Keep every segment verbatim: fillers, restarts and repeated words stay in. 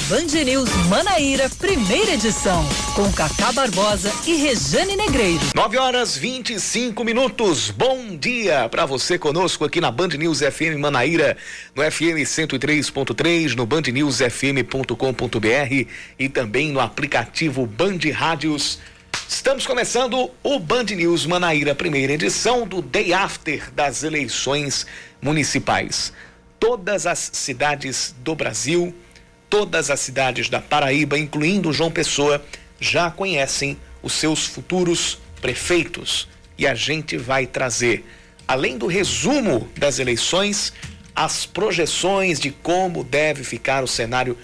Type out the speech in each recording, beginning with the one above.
Band News Manaíra, primeira edição, com Cacá Barbosa e Rejane Negreiro. nove horas vinte e cinco minutos. Bom dia para você conosco aqui na Band News F M Manaíra, no F M cento e três ponto três, no band news f m ponto com ponto b r e também no aplicativo Band Rádios. Estamos começando o Band News Manaíra, primeira edição do Day After das eleições municipais. Todas as cidades do Brasil, todas as cidades da Paraíba, incluindo João Pessoa, já conhecem os seus futuros prefeitos. E a gente vai trazer, além do resumo das eleições, as projeções de como deve ficar o cenário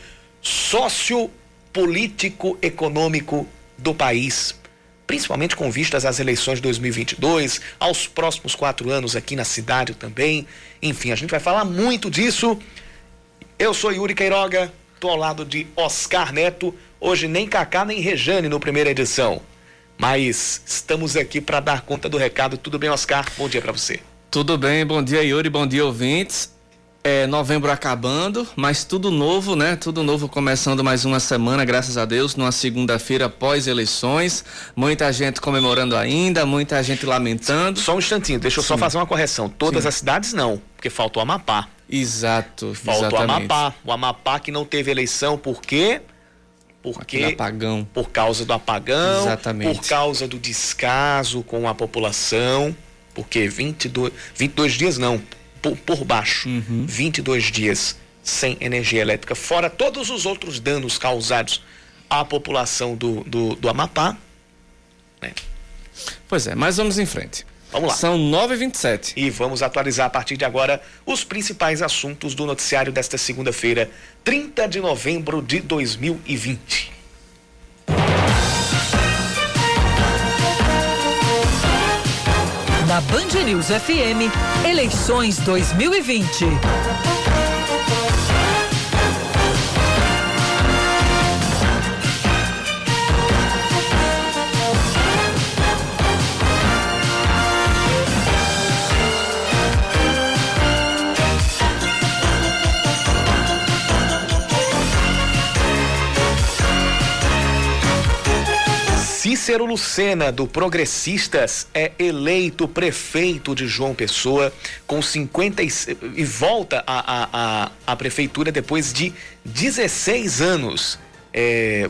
sociopolítico econômico do país, principalmente com vistas às eleições de dois mil e vinte e dois, aos próximos quatro anos aqui na cidade também. Enfim, a gente vai falar muito disso. Eu sou Yuri Queiroga, estou ao lado de Oscar Neto, hoje nem Cacá nem Rejane no primeira edição, mas estamos aqui para dar conta do recado. Tudo bem, Oscar? Bom dia para você. Tudo bem, bom dia, Yuri, bom dia, ouvintes. É, novembro acabando, mas tudo novo, né? Tudo novo, começando mais uma semana, graças a Deus, numa segunda-feira pós-eleições. Muita gente comemorando ainda, muita gente lamentando. Só um instantinho, deixa eu Sim. só fazer uma correção. Todas Sim. as cidades não, porque faltou Amapá. Exato, Faltou exatamente. Amapá. O Amapá que não teve eleição, por quê? Porque apagão. Por causa do apagão, Exatamente. Por causa do descaso com a população, porque vinte e dois, vinte e dois dias não, por, por baixo, uhum. vinte e dois dias sem energia elétrica, fora todos os outros danos causados à população do, do, do Amapá. Né? Pois é, mas vamos em frente. Vamos lá. São nove e vinte e sete. E vamos atualizar a partir de agora os principais assuntos do noticiário desta segunda-feira, trinta de novembro de dois mil e vinte. Na Band News F M, eleições dois mil e vinte. Cícero Lucena, do Progressistas, é eleito prefeito de João Pessoa com cinquenta e, e volta à, à, à prefeitura depois de dezesseis anos. É,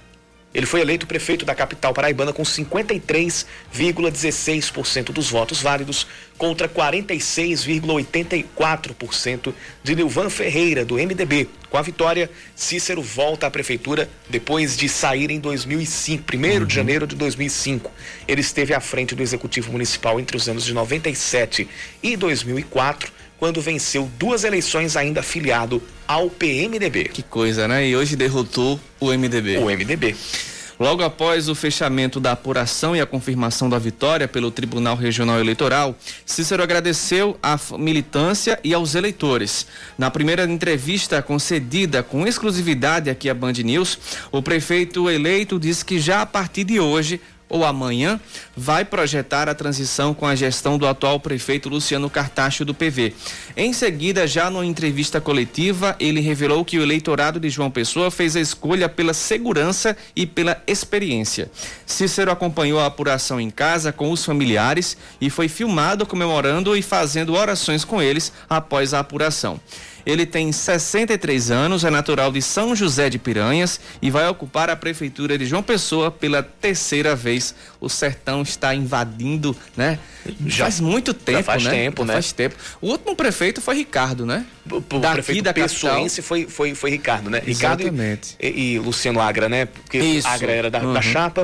ele foi eleito prefeito da capital paraibana com cinquenta e três vírgula dezesseis por cento dos votos válidos contra quarenta e seis vírgula oitenta e quatro por cento de Nilvan Ferreira, do M D B. Com a vitória, Cícero volta à prefeitura depois de sair em dois mil e cinco, primeiro de janeiro de dois mil e cinco. Ele esteve à frente do Executivo Municipal entre os anos de noventa e sete e dois mil e quatro, quando venceu duas eleições ainda afiliado ao P M D B. Que coisa, né? E hoje derrotou o M D B. O M D B. Logo após o fechamento da apuração e a confirmação da vitória pelo Tribunal Regional Eleitoral, Cícero agradeceu à militância e aos eleitores. Na primeira entrevista concedida com exclusividade aqui à Band News, o prefeito eleito disse que já a partir de hoje ou amanhã, vai projetar a transição com a gestão do atual prefeito Luciano Cartacho, do P V. Em seguida, já numa entrevista coletiva, ele revelou que o eleitorado de João Pessoa fez a escolha pela segurança e pela experiência. Cícero acompanhou a apuração em casa com os familiares e foi filmado comemorando e fazendo orações com eles após a apuração. Ele tem sessenta e três anos, é natural de São José de Piranhas e vai ocupar a prefeitura de João Pessoa pela terceira vez. O sertão está invadindo, né? Já faz muito tempo, já faz né? tempo, já né? Faz tempo. O último prefeito foi Ricardo, né? O, o Daqui prefeito da pessoense foi, foi, foi Ricardo, né? Exatamente. Ricardo e, e Luciano Agra, né? Porque Isso. Agra era da, uhum. da chapa.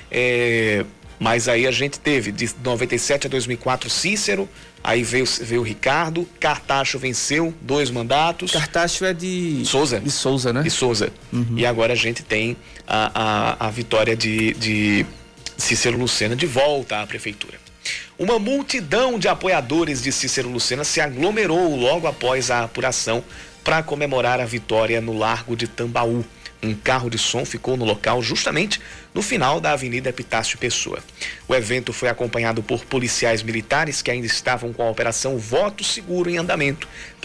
É, mas aí a gente teve de noventa e sete a dois mil e quatro Cícero. Aí veio, veio o Ricardo, Cartacho venceu dois mandatos. Cartacho é de... Souza. De Souza, né? De Souza. Uhum. E agora a gente tem a, a, a vitória de, de Cícero Lucena de volta à prefeitura. Uma multidão de apoiadores de Cícero Lucena se aglomerou logo após a apuração para comemorar a vitória no Largo de Tambaú. Um carro de som ficou no local justamente no final da Avenida Epitácio Pessoa. O evento foi acompanhado por policiais militares que ainda estavam com a operação Voto Seguro em andamento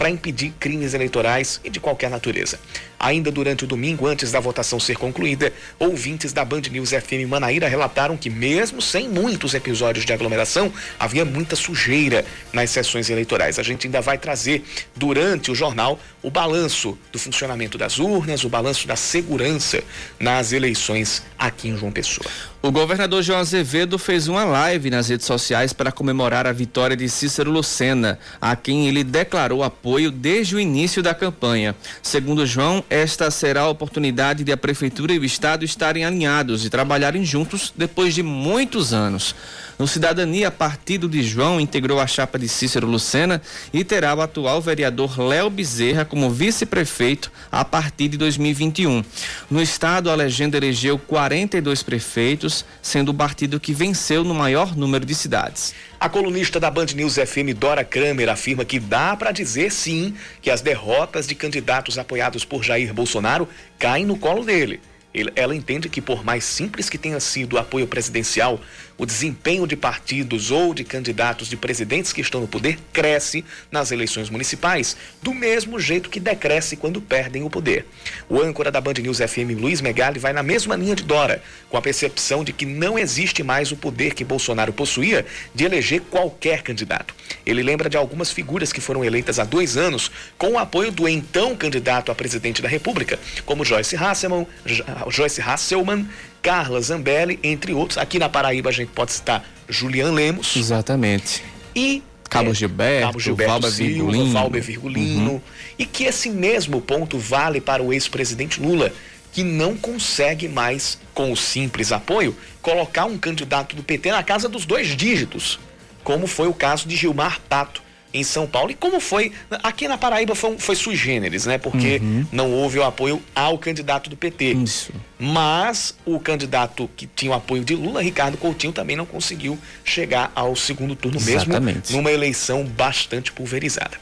para impedir crimes eleitorais e de qualquer natureza. Ainda durante o domingo, antes da votação ser concluída, ouvintes da Band News F M Manaíra relataram que, mesmo sem muitos episódios de aglomeração, havia muita sujeira nas sessões eleitorais. A gente ainda vai trazer, durante o jornal, o balanço do funcionamento das urnas, o balanço da segurança nas eleições aqui em João Pessoa. O governador João Azevedo fez uma live nas redes sociais para comemorar a vitória de Cícero Lucena, a quem ele declarou apoio desde o início da campanha. Segundo João, esta será a oportunidade de a Prefeitura e o Estado estarem alinhados e trabalharem juntos depois de muitos anos. No Cidadania, partido de João integrou a chapa de Cícero Lucena e terá o atual vereador Léo Bezerra como vice-prefeito a partir de dois mil e vinte e um. No estado, a legenda elegeu quarenta e dois prefeitos, sendo o partido que venceu no maior número de cidades. A colunista da Band News F M, Dora Kramer, afirma que dá para dizer sim que as derrotas de candidatos apoiados por Jair Bolsonaro caem no colo dele. Ela entende que, por mais simples que tenha sido o apoio presidencial, o desempenho de partidos ou de candidatos de presidentes que estão no poder cresce nas eleições municipais, do mesmo jeito que decresce quando perdem o poder. O âncora da Band News F M, Luiz Megali, vai na mesma linha de Dora, com a percepção de que não existe mais o poder que Bolsonaro possuía de eleger qualquer candidato. Ele lembra de algumas figuras que foram eleitas há dois anos com o apoio do então candidato a presidente da República, como Joyce Hasselman, Joyce Hasselman, Carla Zambelli, entre outros. Aqui na Paraíba a gente pode citar Julian Lemos. Exatamente. E Cabo é, Gilberto, Cabo Gilberto Valber Silva, Virgulino. Valber Virgulino. Uhum. E que esse mesmo ponto vale para o ex-presidente Lula, que não consegue mais, com o simples apoio, colocar um candidato do P T na casa dos dois dígitos, como foi o caso de Gilmar Tato em São Paulo, e como foi aqui na Paraíba foi, foi sui generis, né? Porque uhum. não houve o apoio ao candidato do P T. Isso. Mas o candidato que tinha o apoio de Lula, Ricardo Coutinho, também não conseguiu chegar ao segundo turno. Exatamente. Mesmo numa eleição bastante pulverizada.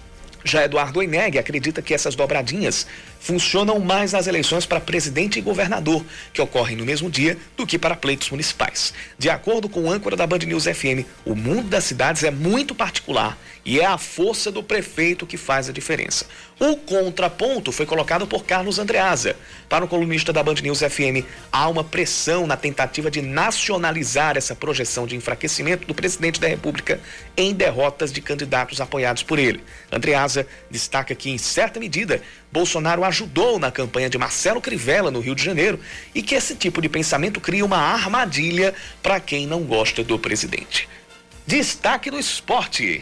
Já Eduardo Oineg acredita que essas dobradinhas funcionam mais nas eleições para presidente e governador, que ocorrem no mesmo dia, do que para pleitos municipais. De acordo com o âncora da Band News F M, o mundo das cidades é muito particular e é a força do prefeito que faz a diferença. O contraponto foi colocado por Carlos Andreasa. Para o colunista da Band News F M, há uma pressão na tentativa de nacionalizar essa projeção de enfraquecimento do presidente da República em derrotas de candidatos apoiados por ele. Andreasa destaca que, em certa medida, Bolsonaro ajudou na campanha de Marcelo Crivella no Rio de Janeiro e que esse tipo de pensamento cria uma armadilha para quem não gosta do presidente. Destaque do esporte.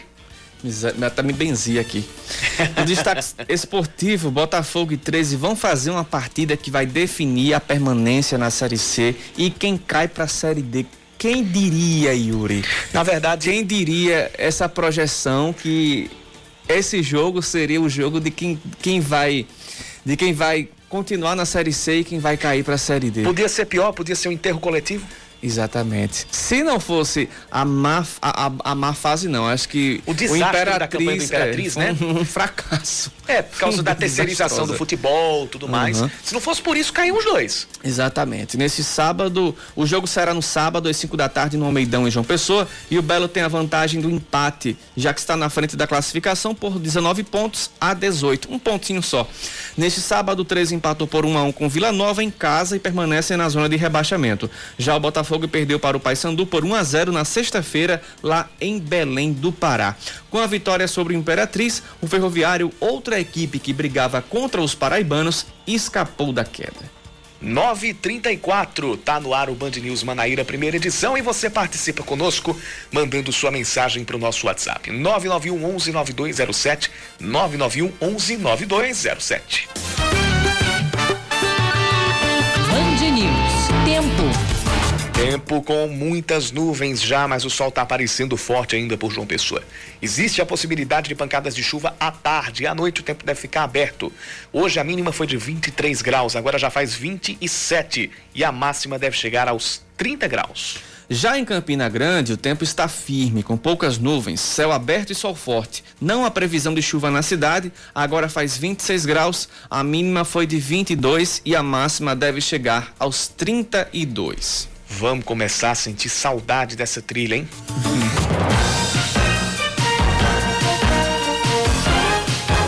Tá me benzi aqui. No destaque esportivo, Botafogo e treze vão fazer uma partida que vai definir a permanência na Série C e quem cai para a Série D. Quem diria, Yuri? Na verdade, quem diria essa projeção que esse jogo seria o jogo de quem, quem vai de quem vai continuar na Série C e quem vai cair para a Série D. Podia ser pior, podia ser um enterro coletivo. Exatamente. Se não fosse a má, a, a, a má fase, não. Acho que o desastre o Imperatriz, da campanha do Imperatriz, é, né? Um, um fracasso. É, por causa da terceirização do futebol, tudo mais. Uhum. Se não fosse por isso, caíam os dois. Exatamente. Nesse sábado, o jogo será no sábado, às cinco da tarde, no Almeidão, em João Pessoa. E o Belo tem a vantagem do empate, já que está na frente da classificação por dezenove pontos a dezoito. Um pontinho só. Neste sábado, o treze empatou por um a um com Vila Nova em casa e permanece na zona de rebaixamento. Já o Botafogo perdeu para o Paysandu por um a zero na sexta-feira, lá em Belém do Pará. Com a vitória sobre o Imperatriz, o Ferroviário, outra equipe que brigava contra os paraibanos, escapou da queda. nove e trinta e quatro, tá no ar o Band News Manaíra, primeira edição, e você participa conosco mandando sua mensagem para o nosso WhatsApp nove nove um onze nove dois zero sete, nove nove um onze nove dois zero sete. Band News, tempo. Tempo com muitas nuvens já, mas o sol está aparecendo forte ainda por João Pessoa. Existe a possibilidade de pancadas de chuva à tarde e à noite o tempo deve ficar aberto. Hoje a mínima foi de vinte e três graus, agora já faz vinte e sete e a máxima deve chegar aos trinta graus. Já em Campina Grande, o tempo está firme, com poucas nuvens, céu aberto e sol forte. Não há previsão de chuva na cidade, agora faz vinte e seis graus, a mínima foi de vinte e dois e a máxima deve chegar aos trinta e dois. Vamos começar a sentir saudade dessa trilha, hein?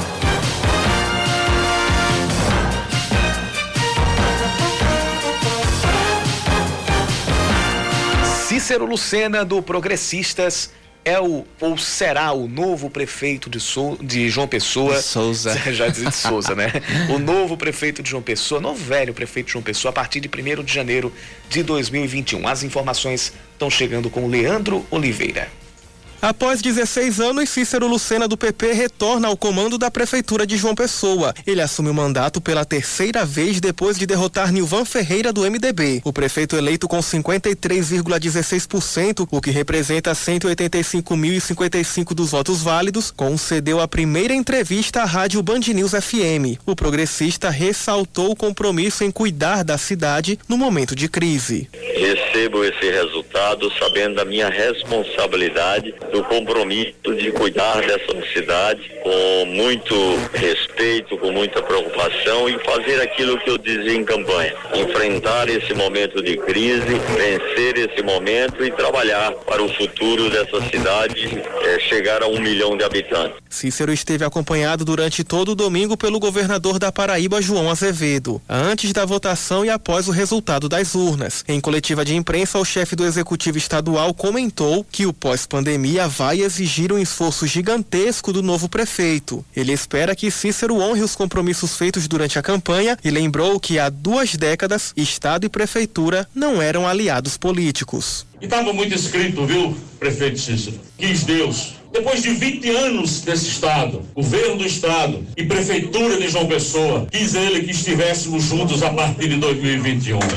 Cícero Lucena, do Progressistas, é o ou será o novo prefeito de, Sou, de João Pessoa. De Souza. Já dizia de Souza, né? O novo prefeito de João Pessoa, novo velho prefeito de João Pessoa, a partir de primeiro de janeiro de dois mil e vinte e um. As informações estão chegando com Leandro Oliveira. Após dezesseis anos, Cícero Lucena, do P P, retorna ao comando da Prefeitura de João Pessoa. Ele assume o mandato pela terceira vez depois de derrotar Nilvan Ferreira, do M D B. O prefeito eleito com cinquenta e três vírgula dezesseis por cento, o que representa cento e oitenta e cinco mil e cinquenta e cinco dos votos válidos, concedeu a primeira entrevista à rádio Band News F M. O progressista ressaltou o compromisso em cuidar da cidade no momento de crise. Recebo esse resultado sabendo da minha responsabilidade, do compromisso de cuidar dessa cidade com muito respeito, com muita preocupação e fazer aquilo que eu dizia em campanha, enfrentar esse momento de crise, vencer esse momento e trabalhar para o futuro dessa cidade, é, chegar a um milhão de habitantes. Cícero esteve acompanhado durante todo o domingo pelo governador da Paraíba, João Azevedo, antes da votação e após o resultado das urnas. Em coletiva de imprensa, o chefe do Executivo Estadual comentou que o pós-pandemia vai exigir um esforço gigantesco do novo prefeito. Ele espera que Cícero honre os compromissos feitos durante a campanha e lembrou que há duas décadas, Estado e Prefeitura não eram aliados políticos. E estava muito escrito, viu, prefeito Cícero? Quis Deus. Depois de vinte anos desse Estado, governo do Estado e Prefeitura de João Pessoa, quis ele que estivéssemos juntos a partir de dois mil e vinte e um.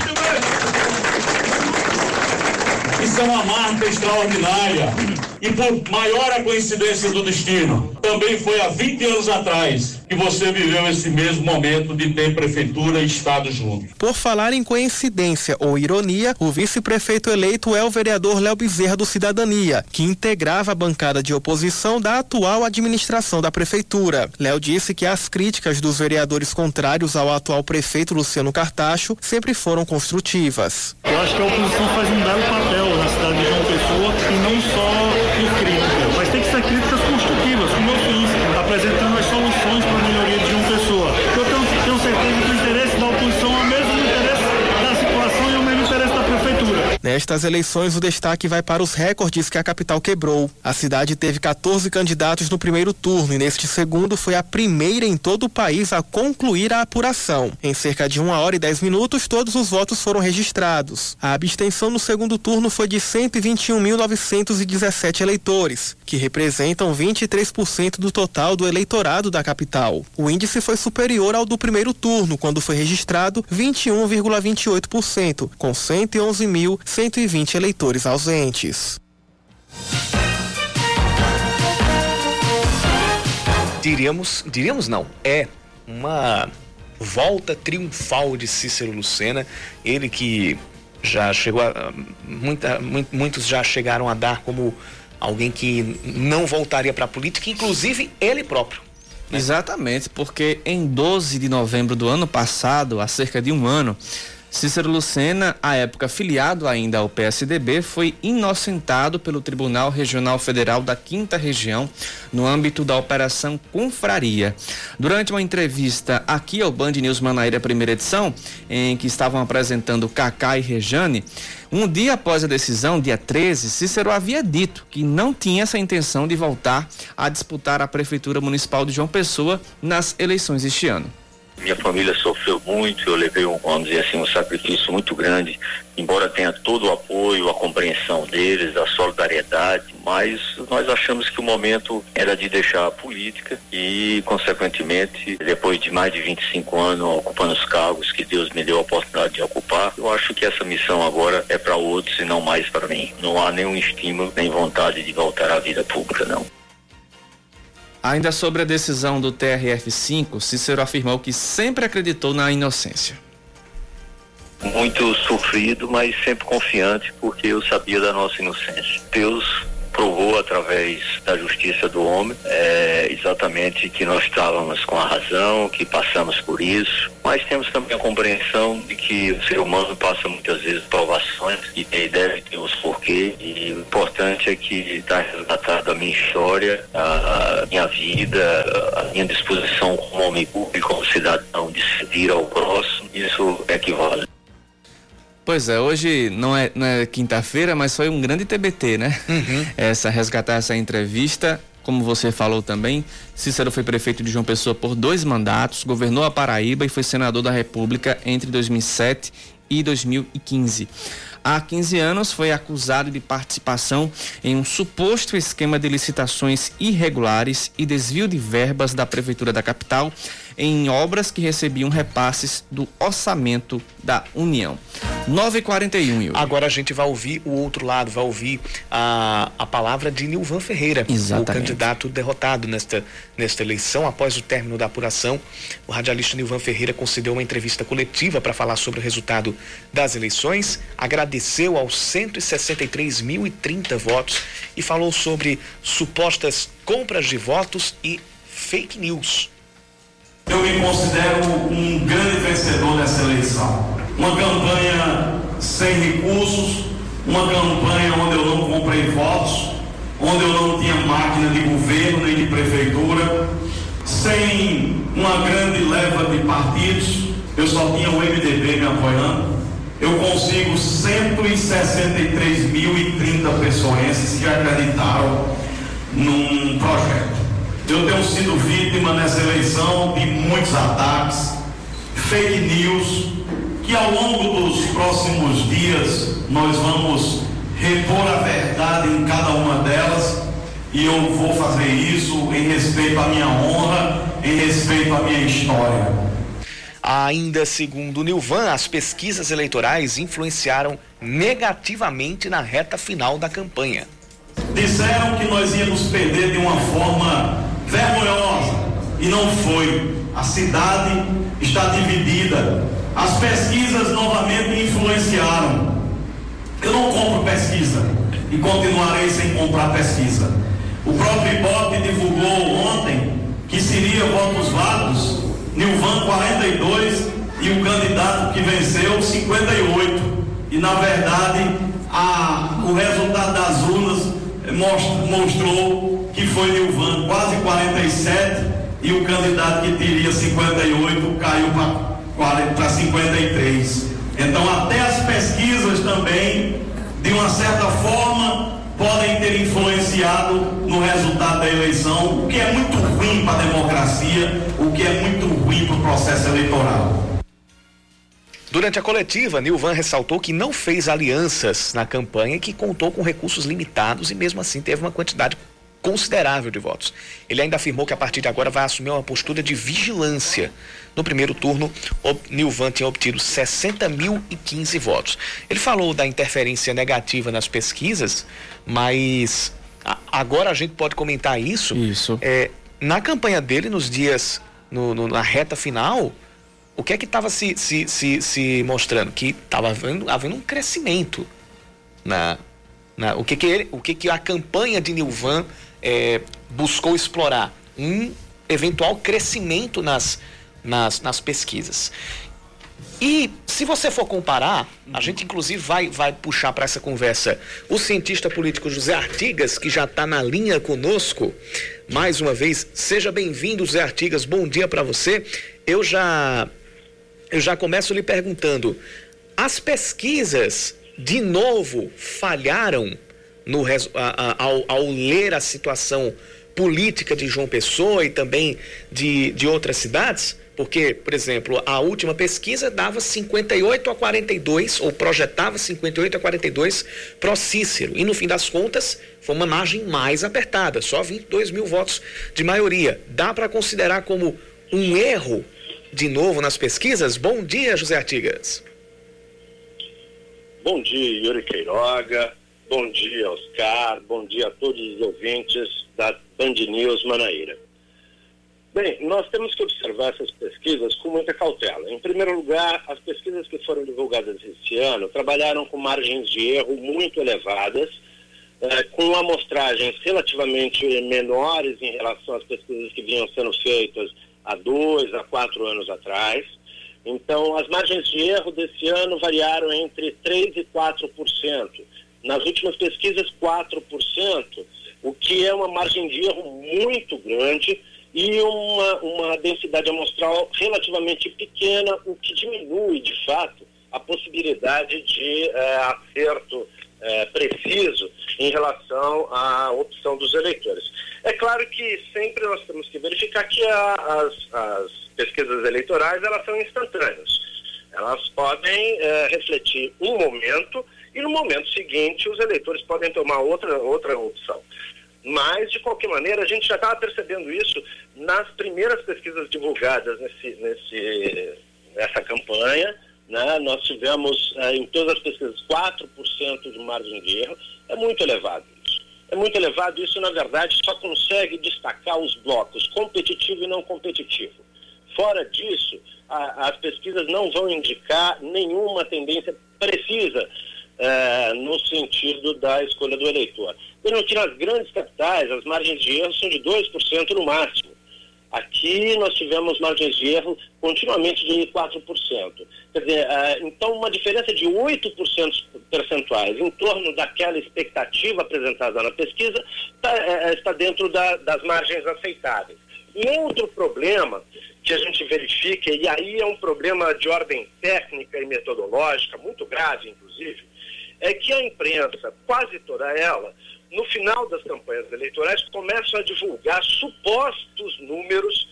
Isso é uma marca extraordinária. E por maior a coincidência do destino, também foi há vinte anos atrás que você viveu esse mesmo momento de ter Prefeitura e Estado juntos. Por falar em coincidência ou ironia, o vice-prefeito eleito é o vereador Léo Bezerra, do Cidadania, que integrava a bancada de oposição da atual administração da Prefeitura. Léo disse que as críticas dos vereadores contrários ao atual prefeito Luciano Cartacho sempre foram construtivas. Eu acho que a oposição faz um belo papel na cidade de João Pessoa e não só por crítica, mas tem que ser críticas construtivas, como eu fiz, apresentando as soluções para a melhoria de João Pessoa. Eu tenho, tenho certeza que o interesse da oposição é o mesmo interesse da situação e o mesmo interesse da Prefeitura. Nestas eleições, o destaque vai para os recordes que a capital quebrou. A cidade teve quatorze candidatos no primeiro turno e neste segundo foi a primeira em todo o país a concluir a apuração. Em cerca de uma hora e dez minutos, todos os votos foram registrados. A abstenção no segundo turno foi de cento e vinte e um mil novecentos e dezessete eleitores, que representam vinte e três por cento do total do eleitorado da capital. O índice foi superior ao do primeiro turno, quando foi registrado vinte e um vírgula vinte e oito por cento, com cento e onze mil cento e vinte eleitores ausentes. Diríamos, diríamos não, é uma volta triunfal de Cícero Lucena, ele que já chegou a, muita, muitos já chegaram a dar como alguém que não voltaria para a política, inclusive ele próprio. Né? Exatamente, porque em doze de novembro do ano passado, há cerca de um ano, Cícero Lucena, à época filiado ainda ao P S D B, foi inocentado pelo Tribunal Regional Federal da Quinta Região no âmbito da Operação Confraria. Durante uma entrevista aqui ao Band News Manaíra, primeira edição, em que estavam apresentando Cacá e Rejane, um dia após a decisão, dia treze, Cícero havia dito que não tinha essa intenção de voltar a disputar a Prefeitura Municipal de João Pessoa nas eleições este ano. Minha família sofreu muito, eu levei, um, vamos dizer assim, um sacrifício muito grande, embora tenha todo o apoio, a compreensão deles, a solidariedade, mas nós achamos que o momento era de deixar a política e, consequentemente, depois de mais de vinte e cinco anos ocupando os cargos que Deus me deu a oportunidade de ocupar, eu acho que essa missão agora é para outros e não mais para mim. Não há nenhum estímulo, nem vontade de voltar à vida pública, não. Ainda sobre a decisão do T R F cinco, Cícero afirmou que sempre acreditou na inocência. Muito sofrido, mas sempre confiante, porque eu sabia da nossa inocência. Deus provou através da justiça do homem é, exatamente que nós estávamos com a razão, que passamos por isso, mas temos também a compreensão de que o ser humano passa muitas vezes provações e deve ter os porquês, e o importante é que está resgatado a minha história, a, a minha vida, a minha disposição como homem público, como cidadão, de servir ao próximo. Isso é que vale. Pois é, hoje não é, não é quinta-feira, mas foi um grande T B T, né? Uhum. Essa, resgatar essa entrevista. Como você falou também, Cícero foi prefeito de João Pessoa por dois mandatos, governou a Paraíba e foi senador da República entre dois mil e sete e dois mil e quinze. Há quinze anos foi acusado de participação em um suposto esquema de licitações irregulares e desvio de verbas da Prefeitura da capital em obras que recebiam repasses do orçamento da União. nove e quarenta e um, Yuri. Agora a gente vai ouvir o outro lado, vai ouvir a, a palavra de Nilvan Ferreira, Exatamente. O candidato derrotado nesta, nesta eleição. Após o término da apuração, o radialista Nilvan Ferreira concedeu uma entrevista coletiva para falar sobre o resultado das eleições, agradeceu aos cento e sessenta e três mil e trinta votos e falou sobre supostas compras de votos e fake news. Eu me considero um grande vencedor dessa eleição. Uma campanha sem recursos, uma campanha onde eu não comprei votos, onde eu não tinha máquina de governo nem de prefeitura, sem uma grande leva de partidos, eu só tinha o M D B me apoiando. Eu consigo cento e sessenta e três mil e trinta pessoenses que acreditaram num projeto. Eu tenho sido vítima nessa eleição de muitos ataques, fake news, que ao longo dos próximos dias nós vamos repor a verdade em cada uma delas, e eu vou fazer isso em respeito à minha honra, em respeito à minha história. Ainda segundo Nilvan, as pesquisas eleitorais influenciaram negativamente na reta final da campanha. Disseram que nós íamos perder de uma forma vergonhosa, e não foi. A cidade está dividida. As pesquisas novamente influenciaram. Eu não compro pesquisa e continuarei sem comprar pesquisa. O próprio Ibope divulgou ontem que seria votos válidos, Nilvan quarenta e dois e o candidato que venceu cinquenta e oito. E na verdade a, o resultado das urnas mostrou que foi Nilvan quase quarenta e sete e o candidato que teria cinquenta e oito caiu para cinquenta e três. Então até as pesquisas também, de uma certa forma, podem ter influenciado no resultado da eleição, o que é muito ruim para a democracia, o que é muito ruim para o processo eleitoral. Durante a coletiva, Nilvan ressaltou que não fez alianças na campanha e que contou com recursos limitados e mesmo assim teve uma quantidade considerável de votos. Ele ainda afirmou que a partir de agora vai assumir uma postura de vigilância. No primeiro turno, o Nilvan tinha obtido sessenta mil e quinze votos. Ele falou da interferência negativa nas pesquisas, mas a, agora a gente pode comentar isso. Isso. É, na campanha dele, nos dias, no, no, na reta final, o que é que estava se, se, se, se mostrando? Que estava havendo, havendo um crescimento na, na o que que ele, o que que a campanha de Nilvan é, buscou explorar? Um eventual crescimento nas, nas, nas pesquisas. E se você for comparar, a gente inclusive vai, vai puxar para essa conversa o cientista político José Artigas, que já está na linha conosco. Mais uma vez, seja bem-vindo, José Artigas, bom dia para você. Eu já... Eu já começo lhe perguntando, as pesquisas, de novo, falharam no, a, a, ao, ao ler a situação política de João Pessoa e também de, de outras cidades? Porque, por exemplo, a última pesquisa dava cinquenta e oito a quarenta e dois, ou projetava cinquenta e oito a quarenta e dois para o Cícero. E, no fim das contas, foi uma margem mais apertada, só vinte e dois mil votos de maioria. Dá para considerar como um erro de novo nas pesquisas? Bom dia, José Artigas. Bom dia, Yuri Queiroga. Bom dia, Oscar. Bom dia a todos os ouvintes da Band News Manaíra. Bem, nós temos que observar essas pesquisas com muita cautela. Em primeiro lugar, as pesquisas que foram divulgadas esse ano trabalharam com margens de erro muito elevadas, eh, com amostragens relativamente menores em relação às pesquisas que vinham sendo feitas há dois, a quatro anos atrás. Então, as margens de erro desse ano variaram entre três por cento e quatro por cento. Nas últimas pesquisas, quatro por cento, o que é uma margem de erro muito grande e uma, uma densidade amostral relativamente pequena, o que diminui, de fato, a possibilidade de é, acerto é, preciso em relação à opção dos eleitores. É claro que sempre nós temos que verificar que a, as, as pesquisas eleitorais, elas são instantâneas. Elas podem é, refletir um momento e no momento seguinte os eleitores podem tomar outra, outra opção. Mas, de qualquer maneira, a gente já estava percebendo isso nas primeiras pesquisas divulgadas nesse, nesse, nessa campanha, né? Nós tivemos, eh, em todas as pesquisas, quatro por cento de margem de erro. É muito elevado isso. É muito elevado isso, na verdade, só consegue destacar os blocos competitivo e não competitivo. Fora disso, a, as pesquisas não vão indicar nenhuma tendência precisa É, no sentido da escolha do eleitor. Vejam que nas grandes capitais as margens de erro são de dois por cento no máximo. Aqui nós tivemos margens de erro continuamente de quatro por cento. Quer dizer, é, então uma diferença de oito por cento percentuais em torno daquela expectativa apresentada na pesquisa tá, é, está dentro da, das margens aceitáveis. E outro problema que a gente verifica, e aí é um problema de ordem técnica e metodológica, muito grave inclusive, é que a imprensa, quase toda ela, no final das campanhas eleitorais, começam a divulgar supostos números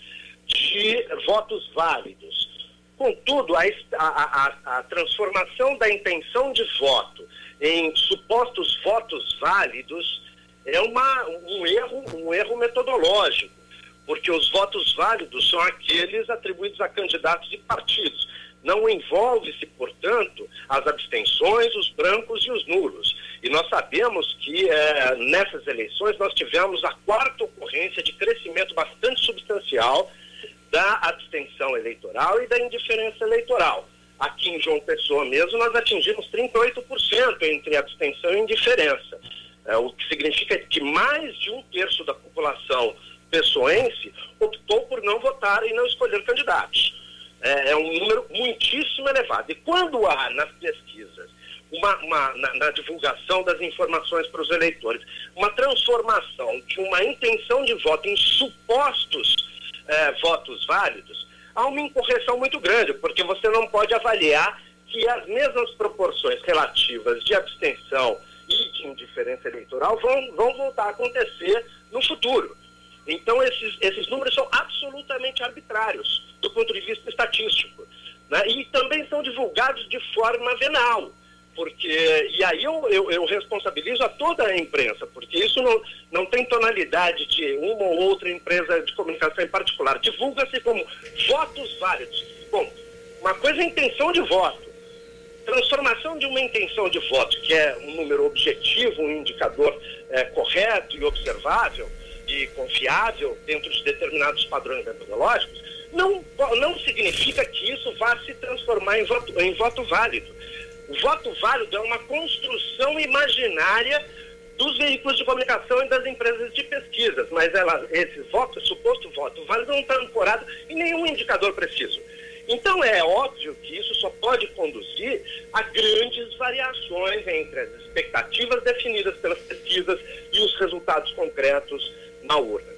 de votos válidos. Contudo, a, a, a transformação da intenção de voto em supostos votos válidos é uma, um, erro, um erro metodológico, porque os votos válidos são aqueles atribuídos a candidatos e partidos. Não envolve-se, portanto, as abstenções, os brancos e os nulos. E nós sabemos que é, nessas eleições nós tivemos a quarta ocorrência de crescimento bastante substancial da abstenção eleitoral e da indiferença eleitoral. Aqui em João Pessoa mesmo nós atingimos trinta e oito por cento entre abstenção e indiferença, é, o que significa que mais de um terço da população pessoense optou por não votar e não escolher candidatos. É, é um número muitíssimo elevado. E quando há nas pesquisas, uma, uma, na, na divulgação das informações para os eleitores, uma transformação de uma intenção de voto em supostos é, votos válidos, há uma incorreção muito grande, porque você não pode avaliar que as mesmas proporções relativas de abstenção e de indiferença eleitoral vão, vão voltar a acontecer no futuro. Então, esses, esses números são absolutamente arbitrários do ponto de vista estatístico, né? E também são divulgados de forma venal, porque, e aí eu, eu, eu responsabilizo a toda a imprensa, porque isso não, não tem tonalidade de uma ou outra empresa de comunicação em particular. Divulga-se como votos válidos. Bom, uma coisa é intenção de voto. Transformação de uma intenção de voto, que é um número objetivo, um indicador é, correto e observável, e confiável dentro de determinados padrões metodológicos, não, não significa que isso vá se transformar em voto, em voto válido. O voto válido é uma construção imaginária dos veículos de comunicação e das empresas de pesquisas, mas ela, esse voto, suposto voto válido, não está ancorado em nenhum indicador preciso. Então é óbvio que isso só pode conduzir a grandes variações entre as expectativas definidas pelas pesquisas e os resultados concretos na urna.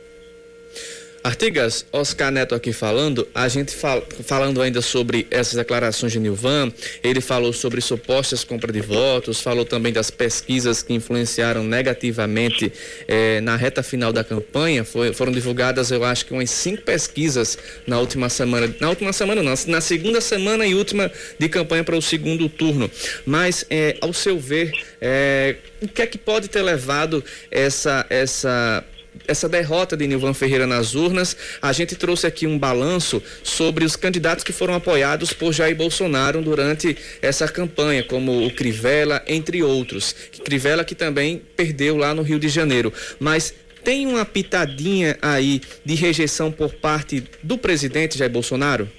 Artigas, Oscar Neto aqui falando, a gente fal, falando ainda sobre essas declarações de Nilvan, ele falou sobre supostas compras de votos, falou também das pesquisas que influenciaram negativamente eh, na reta final da campanha. Foi, foram divulgadas, eu acho que umas cinco pesquisas na última semana, na última semana não, na segunda semana e última de campanha para o segundo turno. Mas, eh, ao seu ver, eh, o que é que pode ter levado essa, essa essa derrota de Nilvan Ferreira nas urnas? A gente trouxe aqui um balanço sobre os candidatos que foram apoiados por Jair Bolsonaro durante essa campanha, como o Crivella, entre outros. Crivella que também perdeu lá no Rio de Janeiro. Mas tem uma pitadinha aí de rejeição por parte do presidente Jair Bolsonaro?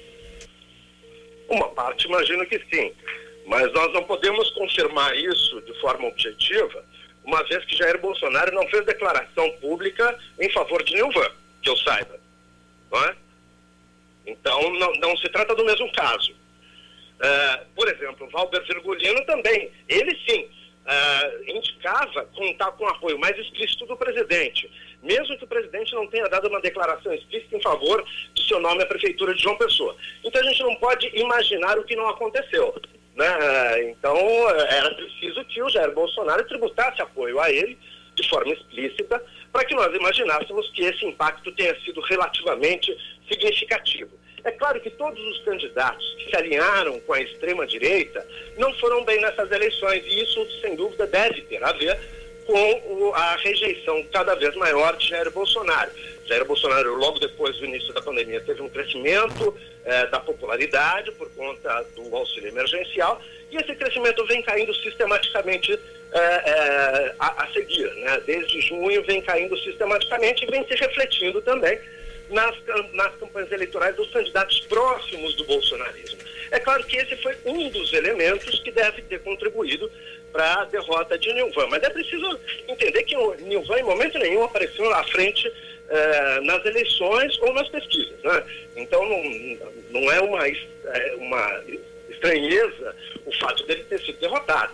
Uma parte, imagino que sim. Mas nós não podemos confirmar isso de forma objetiva, uma vez que Jair Bolsonaro não fez declaração pública em favor de Nilvan, que eu saiba. Não é? Então, não, não se trata do mesmo caso. Uh, por exemplo, Valber Virgulino também, ele sim, uh, indicava contar com o apoio mais explícito do presidente, mesmo que o presidente não tenha dado uma declaração explícita em favor de seu nome à Prefeitura de João Pessoa. Então a gente não pode imaginar o que não aconteceu, né? Então era preciso que o Jair Bolsonaro tributasse apoio a ele de forma explícita, para que nós imaginássemos que esse impacto tenha sido relativamente significativo. É claro que todos os candidatos que se alinharam com a extrema-direita não foram bem nessas eleições, e isso, sem dúvida, deve ter a ver com o, a rejeição cada vez maior de Jair Bolsonaro. Jair Bolsonaro, logo depois do início da pandemia, teve um crescimento eh, da popularidade por conta do auxílio emergencial, e esse crescimento vem caindo sistematicamente eh, eh, a, a seguir, né? Desde junho vem caindo sistematicamente e vem se refletindo também nas, nas campanhas eleitorais dos candidatos próximos do bolsonarismo. É claro que esse foi um dos elementos que deve ter contribuído para a derrota de Nilvan, mas é preciso entender que o Nilvan em momento nenhum apareceu à frente eh, nas eleições ou nas pesquisas, né? Então não, não é uma, é uma estranheza o fato dele ter sido derrotado.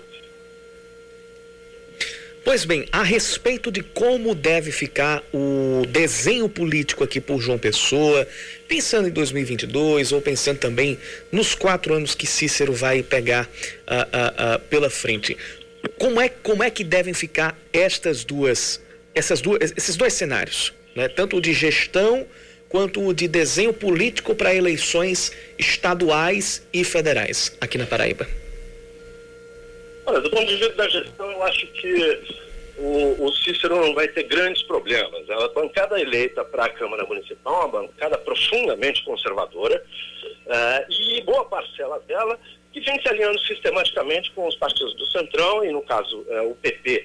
Pois bem, a respeito de como deve ficar o desenho político aqui por João Pessoa, pensando em dois mil e vinte e dois ou pensando também nos quatro anos que Cícero vai pegar uh, uh, uh, pela frente, como é, como é que devem ficar estas duas, essas duas, esses dois cenários, né? Tanto o de gestão quanto o de desenho político para eleições estaduais e federais aqui na Paraíba? Olha, do ponto de vista da gestão, eu acho que o, o Cícero não vai ter grandes problemas. A bancada eleita para a Câmara Municipal é uma bancada profundamente conservadora, uh, e boa parcela dela que vem se alinhando sistematicamente com os partidos do Centrão, e no caso uh, o P P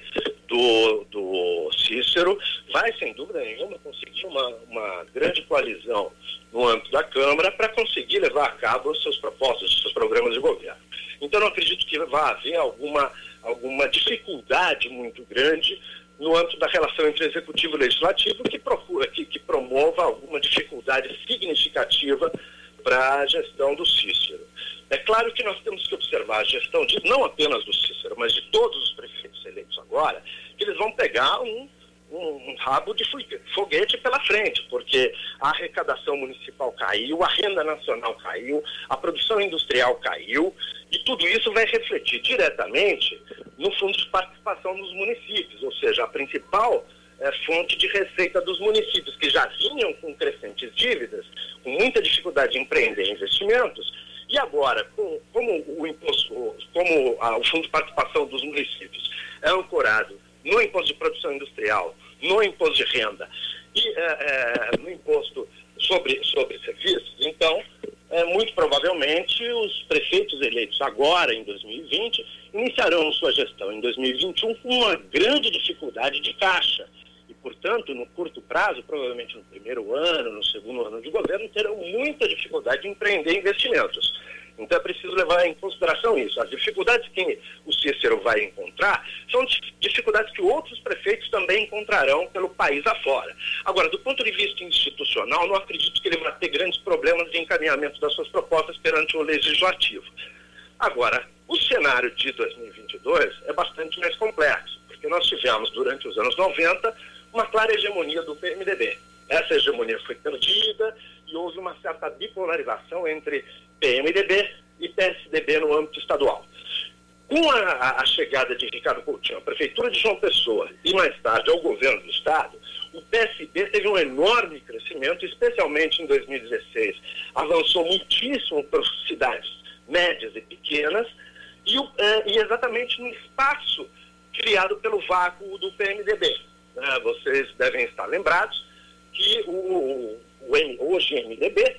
do, do Cícero vai, sem dúvida nenhuma, conseguir uma, uma grande coalizão no âmbito da Câmara para conseguir levar a cabo os seus propostas, os seus programas de governo. Então, eu não acredito que vá haver alguma, alguma dificuldade muito grande no âmbito da relação entre executivo e legislativo que, procura, que, que promova alguma dificuldade significativa para a gestão do Cícero. É claro que nós temos que observar a gestão de, não apenas do Cícero, mas de todos os prefeitos eleitos agora, que eles vão pegar um, um, um rabo de foguete pela frente, porque a arrecadação municipal caiu, a renda nacional caiu, a produção industrial caiu, e tudo isso vai refletir diretamente no fundo de participação dos municípios, ou seja, a principal é, fonte de receita dos municípios, que já vinham com crescentes dívidas, com muita dificuldade de empreender investimentos, e agora, com, como, o, imposto, como a, o fundo de participação dos municípios é ancorado no imposto de produção industrial, no imposto de renda e é, é, no imposto sobre, sobre serviços, então, é, muito provavelmente, os prefeitos eleitos agora, em dois mil e vinte, iniciarão sua gestão em dois mil e vinte e um com uma grande dificuldade de caixa. E, portanto, no curto prazo, provavelmente no primeiro ano, no segundo ano de governo, terão muita dificuldade de empreender investimentos. Então, é preciso levar em consideração isso. As dificuldades que o Cícero vai encontrar são dificuldades que outros prefeitos também encontrarão pelo país afora. Agora, do ponto de vista institucional, não acredito que ele vai ter grandes problemas de encaminhamento das suas propostas perante o Legislativo. Agora, o cenário de dois mil e vinte e dois é bastante mais complexo, porque nós tivemos, durante os anos noventa, uma clara hegemonia do P M D B. Essa hegemonia foi perdida e houve uma certa bipolarização entre P M D B e P S D B no âmbito estadual. Com a, a chegada de Ricardo Coutinho à Prefeitura de João Pessoa e mais tarde ao governo do Estado, o P S B teve um enorme crescimento, especialmente em dois mil e dezesseis. Avançou muitíssimo para cidades médias e pequenas e, é, e exatamente no espaço criado pelo vácuo do P M D B. É, vocês devem estar lembrados que o, o, o hoje M D B,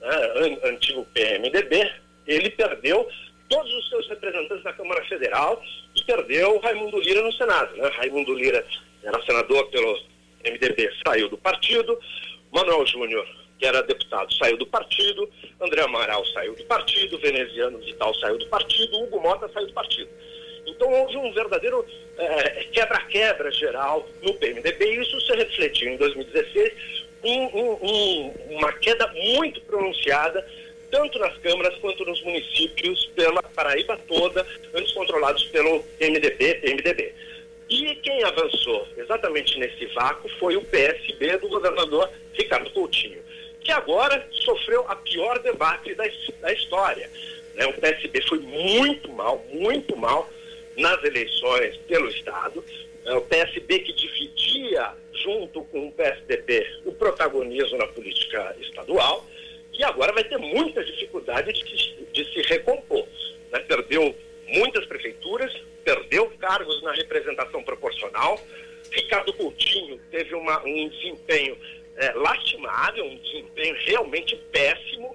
é, antigo P M D B, ele perdeu todos os seus representantes na Câmara Federal e perdeu Raimundo Lira no Senado. Né? Raimundo Lira era senador pelo M D B, saiu do partido, Manuel Júnior, que era deputado, saiu do partido, André Amaral saiu do partido, Veneziano Vital saiu do partido, Hugo Mota saiu do partido. Então houve um verdadeiro é, quebra-quebra geral no P M D B, e isso se refletiu em dois mil e dezesseis com um, um, uma queda muito pronunciada tanto nas câmaras quanto nos municípios, pela Paraíba toda, antes controlados pelo M D B, P M D B. E quem avançou exatamente nesse vácuo foi o P S B do governador Ricardo Coutinho, que agora sofreu a pior debate da, da história. Né? O P S B foi muito mal, muito mal nas eleições pelo Estado. É, o P S B que dividia, junto com o P S D B, o protagonismo na política estadual, e agora vai ter muita dificuldade de, de se recompor. Né? Perdeu muitas prefeituras, perdeu cargos na representação proporcional. Ricardo Coutinho teve uma, um desempenho é, lastimável, um desempenho realmente péssimo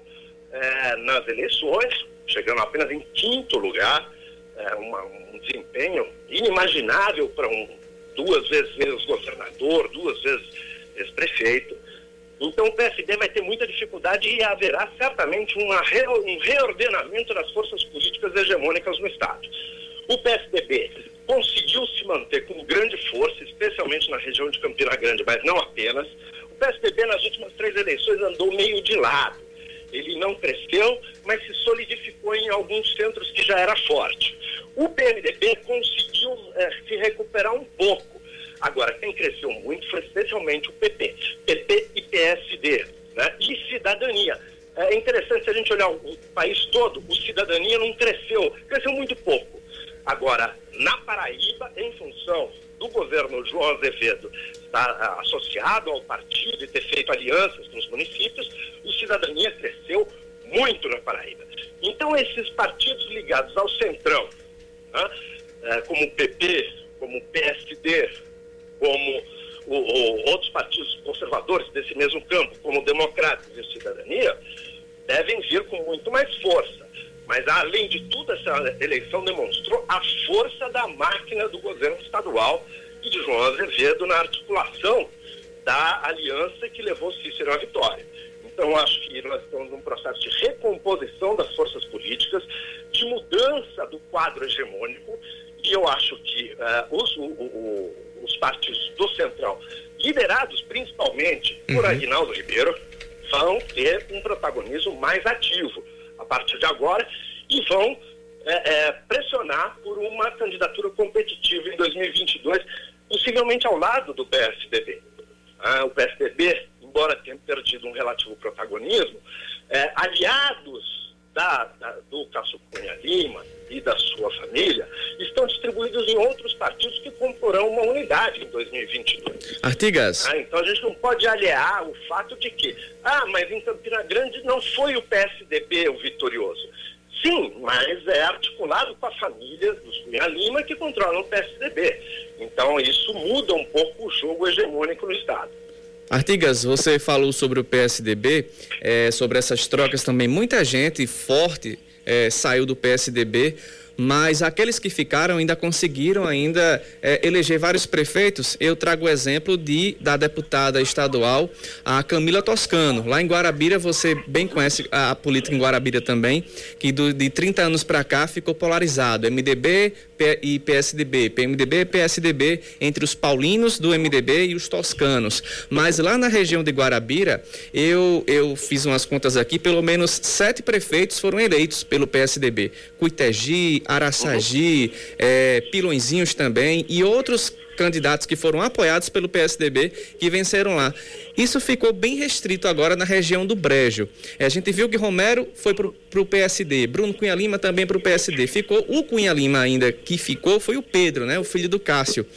é, nas eleições, chegando apenas em quinto lugar, é, uma, um desempenho inimaginável para um duas vezes governador, duas vezes ex-prefeito. Então o P S D vai ter muita dificuldade e haverá certamente uma re, um reordenamento das forças políticas hegemônicas no Estado. O P S D B conseguiu se manter com grande força, especialmente na região de Campina Grande, mas não apenas. O P S D B nas últimas três eleições andou meio de lado. Ele não cresceu, mas se solidificou em alguns centros que já era forte. O P M D B conseguiu é, se recuperar um pouco. Agora, quem cresceu muito foi especialmente o P P. P P e P S D, né? E Cidadania. É interessante se a gente olhar o país todo, o Cidadania não cresceu, cresceu muito pouco. Agora, na Paraíba, em função do governo João Azevedo estar associado ao partido e ter feito alianças com os municípios, o Cidadania cresceu muito na Paraíba. Então, esses partidos ligados ao Centrão, né, é, como o P P, como o P S D, como o, o, outros partidos conservadores desse mesmo campo, como Democratas e Cidadania, devem vir com muito mais força. Mas, além de tudo, essa eleição demonstrou a força da máquina do governo estadual e de João Azevedo na articulação da aliança que levou Cícero à vitória. Então, acho que nós estamos num processo de recomposição das forças políticas, de mudança do quadro hegemônico, e eu acho que uh, os, o, o, os partidos do Centrão, liderados principalmente por uhum. Aguinaldo Ribeiro, vão ter um protagonismo mais ativo a partir de agora e vão é, é, pressionar por uma candidatura competitiva em dois mil e vinte e dois, possivelmente ao lado do P S D B. Ah, o P S D B, embora tenha perdido um relativo protagonismo, é, aliados da, da, do Cássio Cunha Lima e da sua família estão distribuídos em outros partidos que comporão uma unidade em dois mil e vinte e dois. Artigas. Ah, então a gente não pode aliar o fato de que, ah, mas em Campina Grande não foi o P S D B o vitorioso. Sim, mas é articulado com a família dos Cunha Lima que controlam o P S D B. Então isso muda um pouco o jogo hegemônico no Estado. Artigas, você falou sobre o P S D B, é, sobre essas trocas também. Muita gente forte é, saiu do P S D B, mas aqueles que ficaram ainda conseguiram ainda é, eleger vários prefeitos. Eu trago o exemplo de, da deputada estadual, a Camila Toscano. Lá em Guarabira, você bem conhece a, a política em Guarabira também, que do, de trinta anos para cá ficou polarizado. M D B P, e P S D B, P M D B e P S D B, entre os paulinos do M D B e os toscanos. Mas lá na região de Guarabira, eu, eu fiz umas contas aqui, pelo menos sete prefeitos foram eleitos pelo P S D B. Cuitegi, Araçagi, uhum. é, Pilõezinhos também e outros candidatos que foram apoiados pelo P S D B que venceram lá. Isso ficou bem restrito agora na região do Brejo. É, a gente viu que Romero foi para o P S D, Bruno Cunha Lima também para o P S D. Ficou o Cunha Lima ainda que ficou foi o Pedro, né, o filho do Cássio.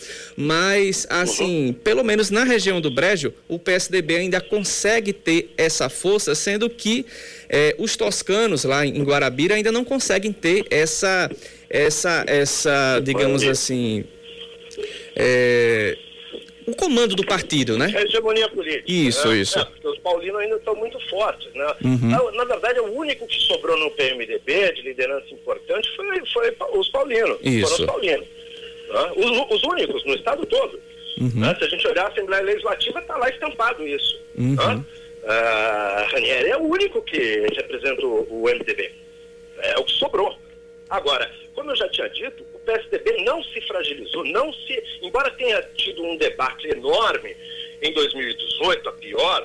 Mas assim, pelo menos na região do Brejo, o P S D B ainda consegue ter essa força, sendo que é, os toscanos lá em Guarabira ainda não conseguem ter essa, essa, essa, digamos assim, é, o comando do partido, né? É a hegemonia política. Isso, né? isso. É, porque os paulinos ainda estão muito fortes, né? Uhum. Na, na verdade, o único que sobrou no P M D B de liderança importante foi, foi os paulinos. Isso. Foram os paulinos. Né? Os, os únicos no estado todo. Uhum. Né? Se a gente olhar a Assembleia Legislativa, está lá estampado isso. Uhum. Né? Ah, Ranieri é o único que representa o, o M D B. É o que sobrou. Agora, como eu já tinha dito, o P S D B não se fragilizou, não se, embora tenha tido um debate enorme em dois mil e dezoito, a pior,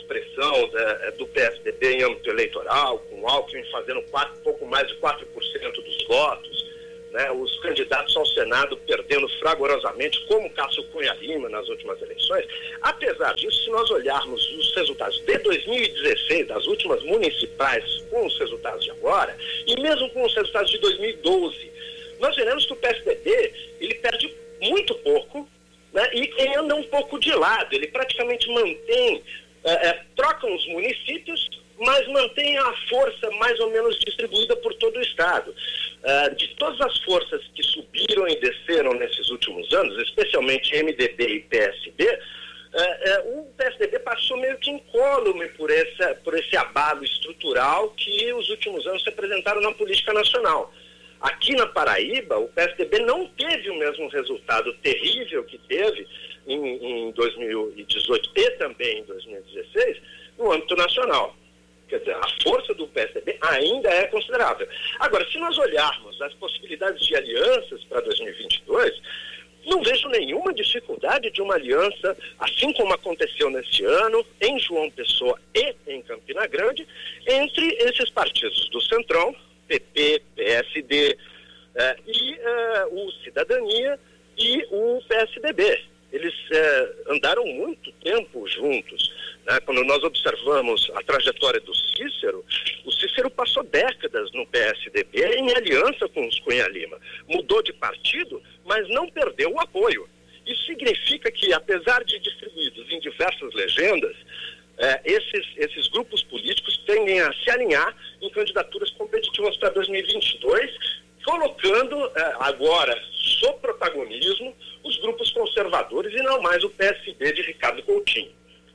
expressão da, do P S D B em âmbito eleitoral, com o Alckmin fazendo quatro, pouco mais de quatro por cento dos votos, né, os candidatos ao Senado perdendo fragorosamente, como Cássio Cunha Lima nas últimas eleições. Apesar disso, se nós olharmos os resultados de dois mil e dezesseis, das últimas municipais, com os resultados de agora, e mesmo com os resultados de dois mil e doze, nós veremos que o P S D B, ele perde muito pouco, né, e ele anda um pouco de lado, ele praticamente mantém, é, é, trocam os municípios, mas mantém a força mais ou menos distribuída por todo o estado. Uh, de todas as forças que subiram e desceram nesses últimos anos, especialmente M D B e P S B, uh, uh, o P S D B passou meio que incólume por, essa, por esse abalo estrutural que os últimos anos se apresentaram na política nacional. Aqui na Paraíba, o P S D B não teve o mesmo resultado terrível que teve em, em dois mil e dezoito e também em dois mil e dezesseis no âmbito nacional. Quer dizer, a força do P S D B ainda é considerável. Agora, se nós olharmos as possibilidades de alianças para dois mil e vinte e dois, não vejo nenhuma dificuldade de uma aliança, assim como aconteceu neste ano, em João Pessoa e em Campina Grande, entre esses partidos do Centrão, P P, P S D, eh, e eh, o Cidadania e o P S D B. Eles eh, andaram muito tempo juntos. Né? Quando nós observamos a trajetória do Cícero, o Cícero passou décadas no P S D B em aliança com os Cunha Lima. Mudou de partido, mas não perdeu o apoio. Isso significa que, apesar de distribuídos em diversas legendas, eh, esses, esses grupos políticos tendem a se alinhar em candidaturas competitivas para dois mil e vinte e dois, colocando eh, agora, sob protagonismo, os grupos conservadores e não mais o P S B de Ricardo Coutinho.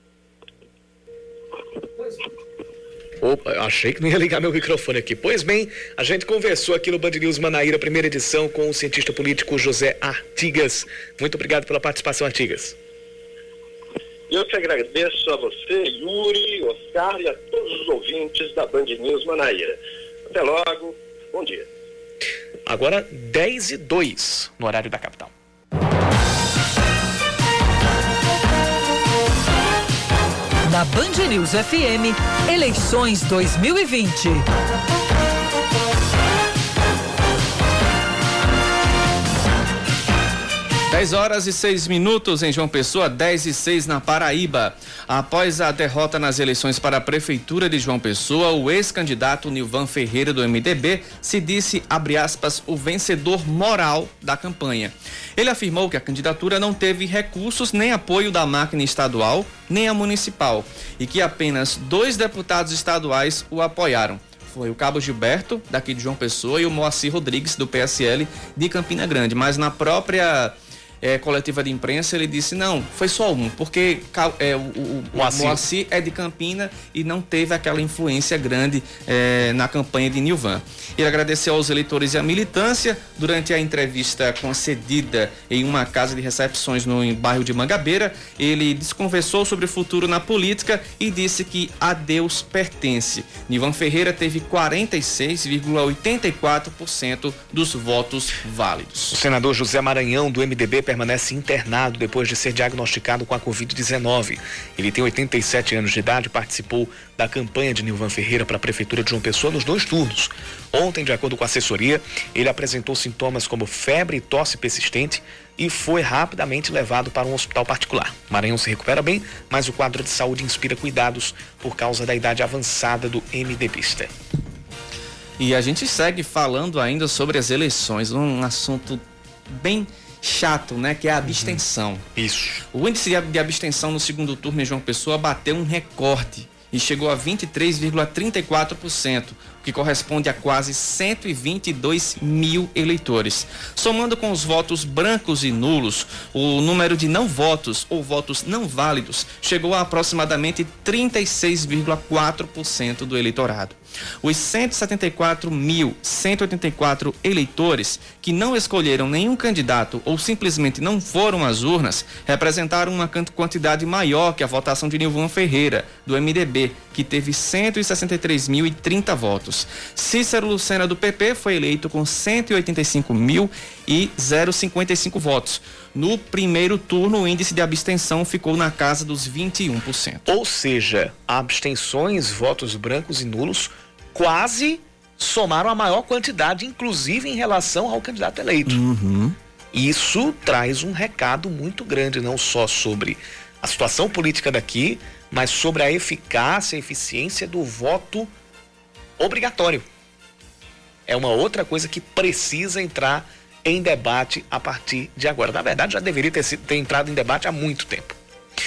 Opa, achei que não ia ligar meu microfone aqui. Pois bem, a gente conversou aqui no Band News Manaíra, primeira edição, com o cientista político José Artigas. Muito obrigado pela participação, Artigas. Eu que agradeço a você, Yuri, Oscar e a todos os ouvintes da Band News Manaíra. Até logo, bom dia. Agora dez e dois no horário da capital. Na Band News F M, eleições dois mil e vinte. dez horas e seis minutos em João Pessoa, dez e seis na Paraíba. Após a derrota nas eleições para a Prefeitura de João Pessoa, o ex-candidato Nilvan Ferreira do M D B se disse, abre aspas, o vencedor moral da campanha. Ele afirmou que a candidatura não teve recursos nem apoio da máquina estadual, nem a municipal, e que apenas dois deputados estaduais o apoiaram. Foi o Cabo Gilberto, daqui de João Pessoa, e o Moacir Rodrigues, do P S L de Campina Grande. Mas na própria É, coletiva de imprensa, ele disse, não, foi só um, porque é, o, o, o Moacir. Moacir é de Campina e não teve aquela influência grande é, na campanha de Nilvan. Ele agradeceu aos eleitores e à militância durante a entrevista concedida em uma casa de recepções no bairro de Mangabeira. Ele desconversou sobre o futuro na política e disse que a Deus pertence. Nilvan Ferreira teve quarenta e seis vírgula oitenta e quatro por cento dos votos válidos. O senador José Maranhão, do M D B, permanece internado depois de ser diagnosticado com a covid dezenove. Ele tem oitenta e sete anos de idade e participou da campanha de Nilvan Ferreira para a Prefeitura de João Pessoa nos dois turnos. Ontem, de acordo com a assessoria, ele apresentou sintomas como febre e tosse persistente e foi rapidamente levado para um hospital particular. Maranhão se recupera bem, mas o quadro de saúde inspira cuidados por causa da idade avançada do MDBista. E a gente segue falando ainda sobre as eleições, um assunto bem chato, né? Que é a abstenção. Uhum. Isso. O índice de abstenção no segundo turno em João Pessoa bateu um recorde e chegou a vinte e três vírgula trinta e quatro por cento, o que corresponde a quase cento e vinte e dois mil eleitores. Somando com os votos brancos e nulos, o número de não votos ou votos não válidos chegou a aproximadamente trinta e seis vírgula quatro por cento do eleitorado. Os cento e setenta e quatro mil cento e oitenta e quatro eleitores que não escolheram nenhum candidato ou simplesmente não foram às urnas representaram uma quantidade maior que a votação de Nilvan Ferreira, do M D B, B, que teve cento e sessenta e três mil e trinta votos. Cícero Lucena, do P P, foi eleito com cento e oitenta e cinco mil e zero vírgula cinquenta e cinco votos. No primeiro turno, o índice de abstenção ficou na casa dos vinte e um por cento. Ou seja, abstenções, votos brancos e nulos quase somaram a maior quantidade, inclusive em relação ao candidato eleito. Uhum. Isso traz um recado muito grande, não só sobre a situação política daqui, mas sobre a eficácia e eficiência do voto obrigatório. É uma outra coisa que precisa entrar em debate a partir de agora. Na verdade, já deveria ter, sido, ter entrado em debate há muito tempo.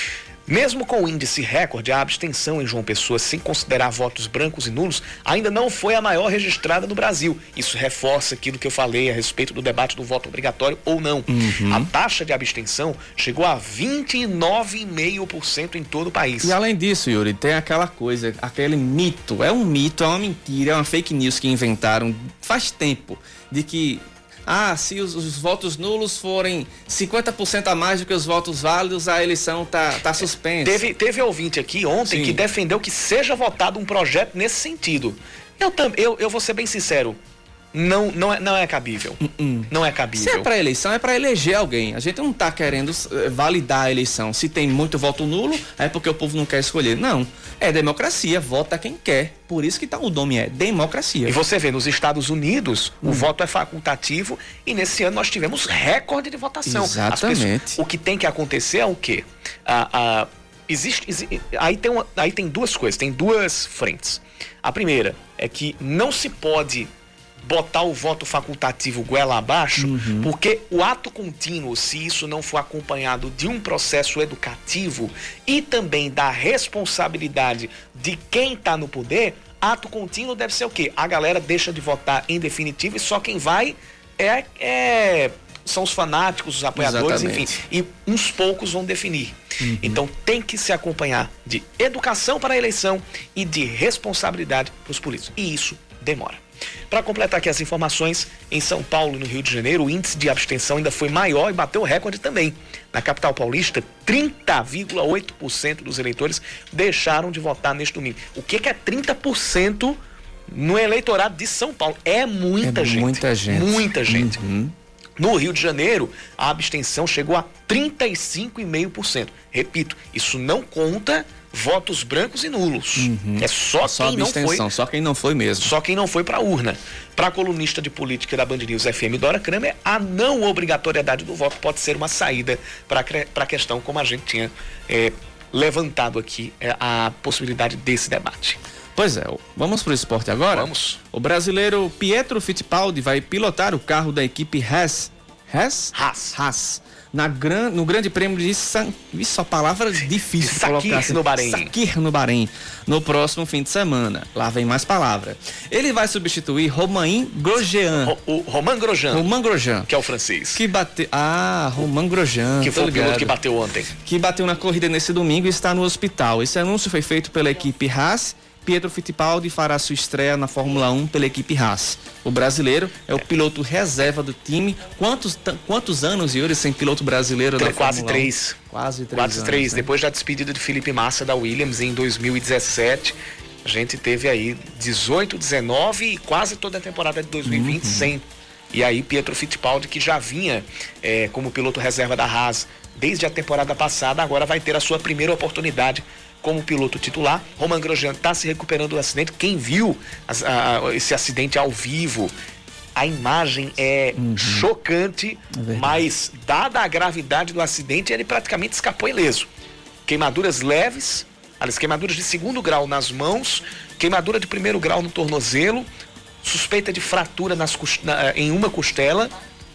Mesmo com o índice recorde, a abstenção em João Pessoa, sem considerar votos brancos e nulos, ainda não foi a maior registrada no Brasil. Isso reforça aquilo que eu falei a respeito do debate do voto obrigatório ou não. Uhum. A taxa de abstenção chegou a vinte e nove vírgula cinco por cento em todo o país. E além disso, Yuri, tem aquela coisa, aquele mito, é um mito, é uma mentira, é uma fake news que inventaram faz tempo, de que ah, se os, os votos nulos forem cinquenta por cento a mais do que os votos válidos, a eleição tá, tá suspensa. Teve, teve ouvinte aqui ontem, sim, que defendeu que seja votado um projeto nesse sentido. Eu, eu, eu vou ser bem sincero, não, não, é, não é cabível. Uh-uh. Não é cabível. Se é pra eleição, é pra eleger alguém. A gente não tá querendo uh, validar a eleição. Se tem muito voto nulo, é porque o povo não quer escolher. Não. É democracia, vota quem quer. Por isso que tá, o nome é democracia. E você vê, nos Estados Unidos, hum. o voto é facultativo e nesse ano nós tivemos recorde de votação. Exatamente. Pessoas, o que tem que acontecer é o quê? Ah, ah, existe, existe, aí, tem uma, aí tem duas coisas, tem duas frentes. A primeira é que não se pode botar o voto facultativo goela abaixo, uhum. porque o ato contínuo, se isso não for acompanhado de um processo educativo e também da responsabilidade de quem está no poder, ato contínuo deve ser o quê? A galera deixa de votar em definitivo e só quem vai é, é, são os fanáticos, os apoiadores, Exatamente. enfim, e uns poucos vão definir. Uhum. Então tem que se acompanhar de educação para a eleição e de responsabilidade para os políticos. E isso demora. Para completar aqui as informações, em São Paulo e no Rio de Janeiro, o índice de abstenção ainda foi maior e bateu o recorde também. Na capital paulista, trinta vírgula oito por cento dos eleitores deixaram de votar neste domingo. O que, que é trinta por cento no eleitorado de São Paulo? É muita é gente. Muita gente. Muita gente. Uhum. No Rio de Janeiro, a abstenção chegou a trinta e cinco vírgula cinco por cento. Repito, isso não conta votos brancos e nulos. Uhum. É só, é só quem não foi. Só quem não foi mesmo. Só quem não foi para a urna. Para a colunista de política da Band News F M, Dora Kramer, a não obrigatoriedade do voto pode ser uma saída para a questão, como a gente tinha é, levantado aqui, é, a possibilidade desse debate. Pois é, vamos pro esporte agora? Vamos. O brasileiro Pietro Fittipaldi vai pilotar o carro da equipe Haas. Haas? Haas. Haas. Na gran, no Grande Prêmio de San... Isso, a palavra difícil de colocar assim. no Bahrein. Sakir no Bahrein. No próximo fim de semana. Lá vem mais palavra. Ele vai substituir Romain Grosjean. O, o Romain Grosjean. Romain Grosjean. Que é o francês. Que bateu... Ah, Romain Grosjean. Que foi o piloto que bateu ontem. Que bateu na corrida nesse domingo e está no hospital. Esse anúncio foi feito pela equipe Haas. Pietro Fittipaldi fará sua estreia na Fórmula um pela equipe Haas. O brasileiro é o piloto reserva do time. Quantos, quantos anos, Yuri, sem piloto brasileiro da Quase Fórmula três. um? Quase três. Quase anos, três. Né? Depois da despedida de Felipe Massa da Williams em dois mil e dezessete, a gente teve aí dezoito, dezenove e quase toda a temporada de dois mil e vinte uhum. sem. E aí Pietro Fittipaldi, que já vinha é, como piloto reserva da Haas desde a temporada passada, agora vai ter a sua primeira oportunidade como piloto titular. Romain Grosjean está se recuperando do acidente. Quem viu as, a, esse acidente ao vivo, a imagem é uhum. chocante, é mas dada a gravidade do acidente, ele praticamente escapou ileso. Queimaduras leves, aliás, queimaduras de segundo grau nas mãos, queimadura de primeiro grau no tornozelo, suspeita de fratura nas, na, em uma costela.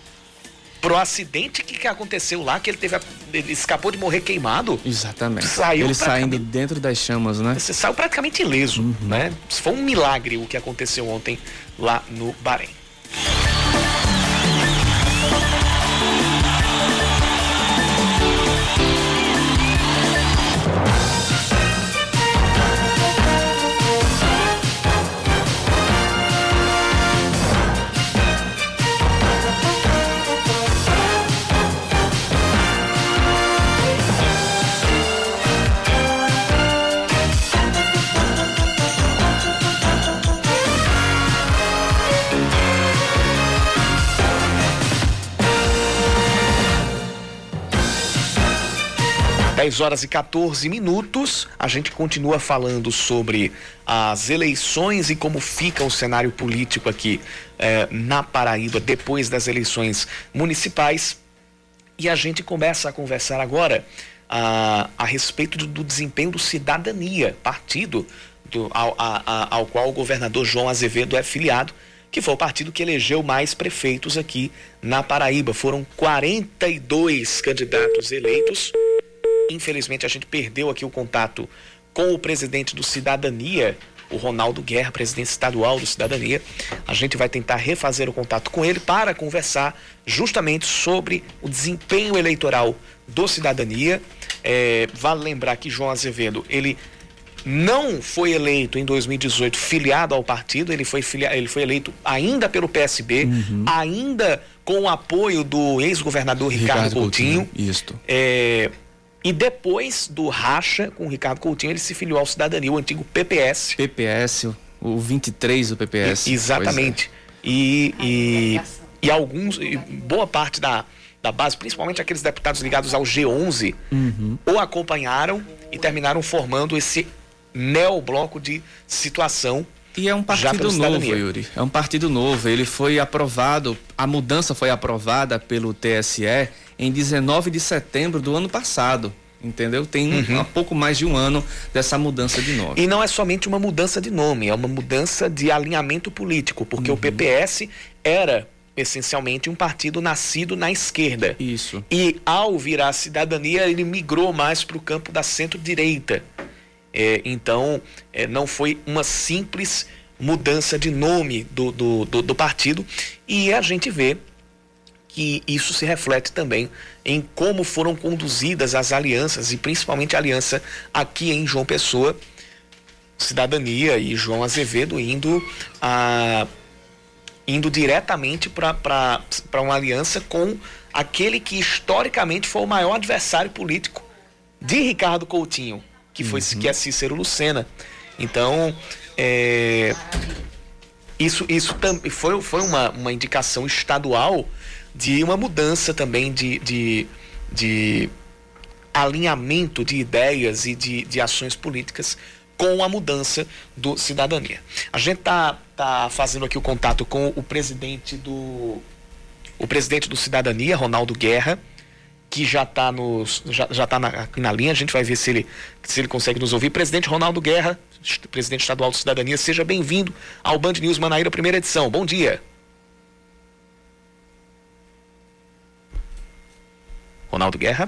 Pro acidente que, que aconteceu lá, que ele teve a, ele escapou de morrer queimado. Exatamente. Saiu ele saindo dentro das chamas, né? Você saiu praticamente ileso, uhum. né? Foi um milagre o que aconteceu ontem lá no Bahrein. dez horas e quatorze minutos, a gente continua falando sobre as eleições e como fica o cenário político aqui eh, na Paraíba depois das eleições municipais. E a gente começa a conversar agora a, a respeito do, do desempenho do Cidadania, partido do, ao, a, a, ao qual o governador João Azevedo é filiado, que foi o partido que elegeu mais prefeitos aqui na Paraíba. Foram quarenta e dois candidatos eleitos. Infelizmente a gente perdeu aqui o contato com o presidente do Cidadania, o Ronaldo Guerra, presidente estadual do Cidadania. A gente vai tentar refazer o contato com ele para conversar justamente sobre o desempenho eleitoral do Cidadania. É, vale lembrar que João Azevedo, ele não foi eleito em dois mil e dezoito filiado ao partido, ele foi, filia, ele foi eleito ainda pelo P S B, uhum. ainda com o apoio do ex-governador Ricardo, Ricardo Coutinho. Coutinho. Isto. É, e depois do racha com o Ricardo Coutinho, ele se filiou ao Cidadania, o antigo P P S. P P S, o vinte e três do P P S. E, exatamente. É. E, e, e alguns, e boa parte da, da base, principalmente aqueles deputados ligados ao G onze, uhum. o acompanharam e terminaram formando esse neobloco de situação. E é um partido novo, Yuri. É um partido novo. Ele foi aprovado, a mudança foi aprovada pelo T S E em dezenove de setembro do ano passado. Entendeu? Tem uhum. um, pouco mais de um ano dessa mudança de nome. E não é somente uma mudança de nome, é uma mudança de alinhamento político, porque uhum. o P P S era essencialmente um partido nascido na esquerda. Isso. E ao virar a Cidadania, ele migrou mais para o campo da centro-direita. É, então, é, não foi uma simples mudança de nome do, do, do, do partido, e a gente vê que isso se reflete também em como foram conduzidas as alianças, e principalmente a aliança aqui em João Pessoa, Cidadania e João Azevedo indo, a, indo diretamente para uma aliança com aquele que historicamente foi o maior adversário político de Ricardo Coutinho, que foi uhum. que é Cícero Lucena. Então, é, isso, isso tam, foi, foi uma, uma indicação estadual de uma mudança também de, de, de alinhamento de ideias e de, de ações políticas com a mudança do Cidadania. A gente tá, tá fazendo aqui o contato com o presidente do o presidente do Cidadania, Ronaldo Guerra, que já está nos já, já tá na, aqui na linha. A gente vai ver se ele, se ele consegue nos ouvir. Presidente Ronaldo Guerra, presidente estadual do Cidadania, seja bem-vindo ao Band News Manaíra, primeira edição. Bom dia. Ronaldo Guerra.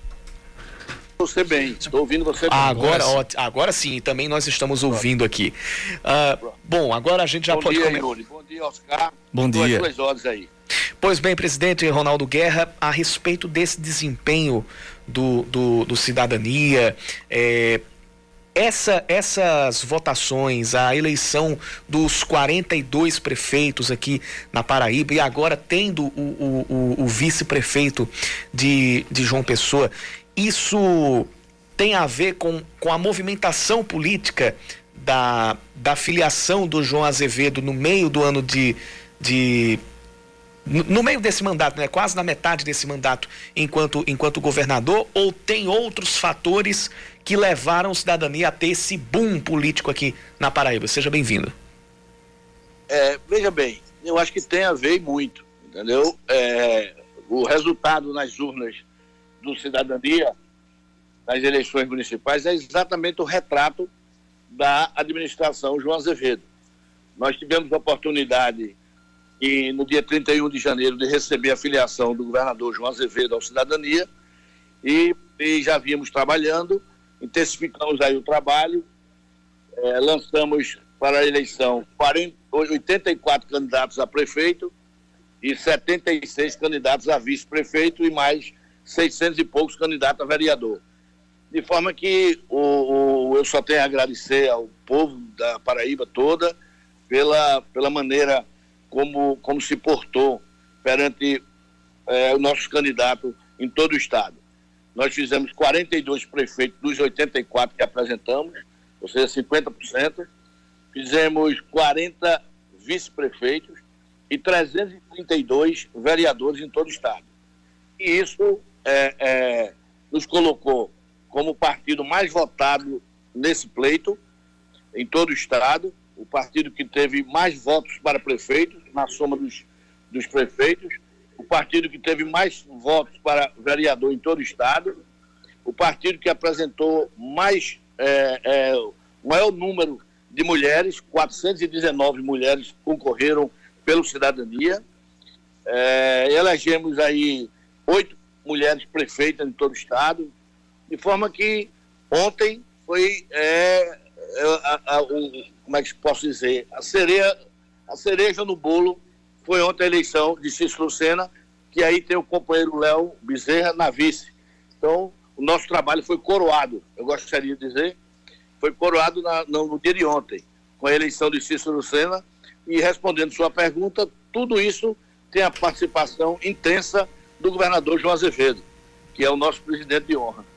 Você bem, estou ouvindo você bem. Agora, ó, agora sim, também nós estamos ouvindo aqui. Uh, bom, agora a gente já bom pode... Dia, Yuri. Bom dia, Oscar. Bom dia. Duas horas aí. Pois bem, presidente Ronaldo Guerra, a respeito desse desempenho do, do, do Cidadania, é, essa, essas votações, a eleição dos quarenta e dois prefeitos aqui na Paraíba e agora tendo o, o, o, o vice-prefeito de, de João Pessoa, isso tem a ver com, com a movimentação política da, da filiação do João Azevedo no meio do ano de... de no meio desse mandato, né? Quase na metade desse mandato enquanto, enquanto governador, ou tem outros fatores que levaram a Cidadania a ter esse boom político aqui na Paraíba? Seja bem-vindo. É, veja bem, eu acho que tem a ver muito, entendeu? É, o resultado nas urnas do Cidadania, nas eleições municipais, é exatamente o retrato da administração João Azevedo. Nós tivemos a oportunidade e no dia trinta e um de janeiro de receber a filiação do governador João Azevedo ao Cidadania e, e já vínhamos trabalhando, intensificamos aí o trabalho, é, lançamos para a eleição quarenta, oitenta e quatro candidatos a prefeito e setenta e seis candidatos a vice-prefeito e mais seiscentos e poucos candidatos a vereador. De forma que o, o, eu só tenho a agradecer ao povo da Paraíba toda pela, pela maneira Como, como se portou perante é, o nosso candidato em todo o estado. Nós fizemos quarenta e dois prefeitos dos oitenta e quatro que apresentamos, ou seja, cinquenta por cento. Fizemos quarenta vice-prefeitos e trezentos e trinta e dois vereadores em todo o estado. E isso é, é, nos colocou como o partido mais votado nesse pleito, em todo o estado, o partido que teve mais votos para prefeitos, na soma dos, dos prefeitos, o partido que teve mais votos para vereador em todo o estado, o partido que apresentou mais, é, é, o maior número de mulheres, quatrocentas e dezenove mulheres concorreram pelo Cidadania, é, elegemos aí oito mulheres prefeitas em todo o estado, de forma que ontem foi, é, a, a, o, como é que posso dizer, a cereja, a cereja no bolo foi ontem a eleição de Cícero Lucena, que aí tem o companheiro Léo Bezerra na vice. Então, o nosso trabalho foi coroado, eu gostaria de dizer, foi coroado na, no, no dia de ontem, com a eleição de Cícero Lucena, e respondendo sua pergunta, tudo isso tem a participação intensa do governador João Azevedo, que é o nosso presidente de honra.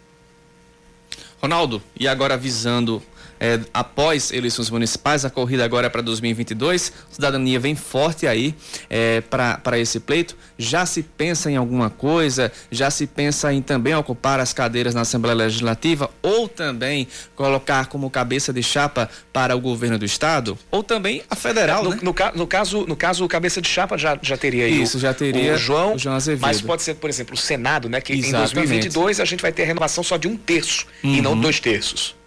Ronaldo, e agora visando, é, após eleições municipais, a corrida agora é para dois mil e vinte e dois, Cidadania vem forte aí é, para esse pleito. Já se pensa em alguma coisa? Já se pensa em também ocupar as cadeiras na Assembleia Legislativa ou também colocar como cabeça de chapa para o governo do estado? Ou também a federal, no, né? No, no, caso, no caso, o cabeça de chapa já, já teria aí. Isso, já teria o João, o João Azevedo. Mas pode ser, por exemplo, o Senado, né? Que Exatamente. Em dois mil e vinte e dois a gente vai ter a renovação só de um terço uhum. e não dois terços.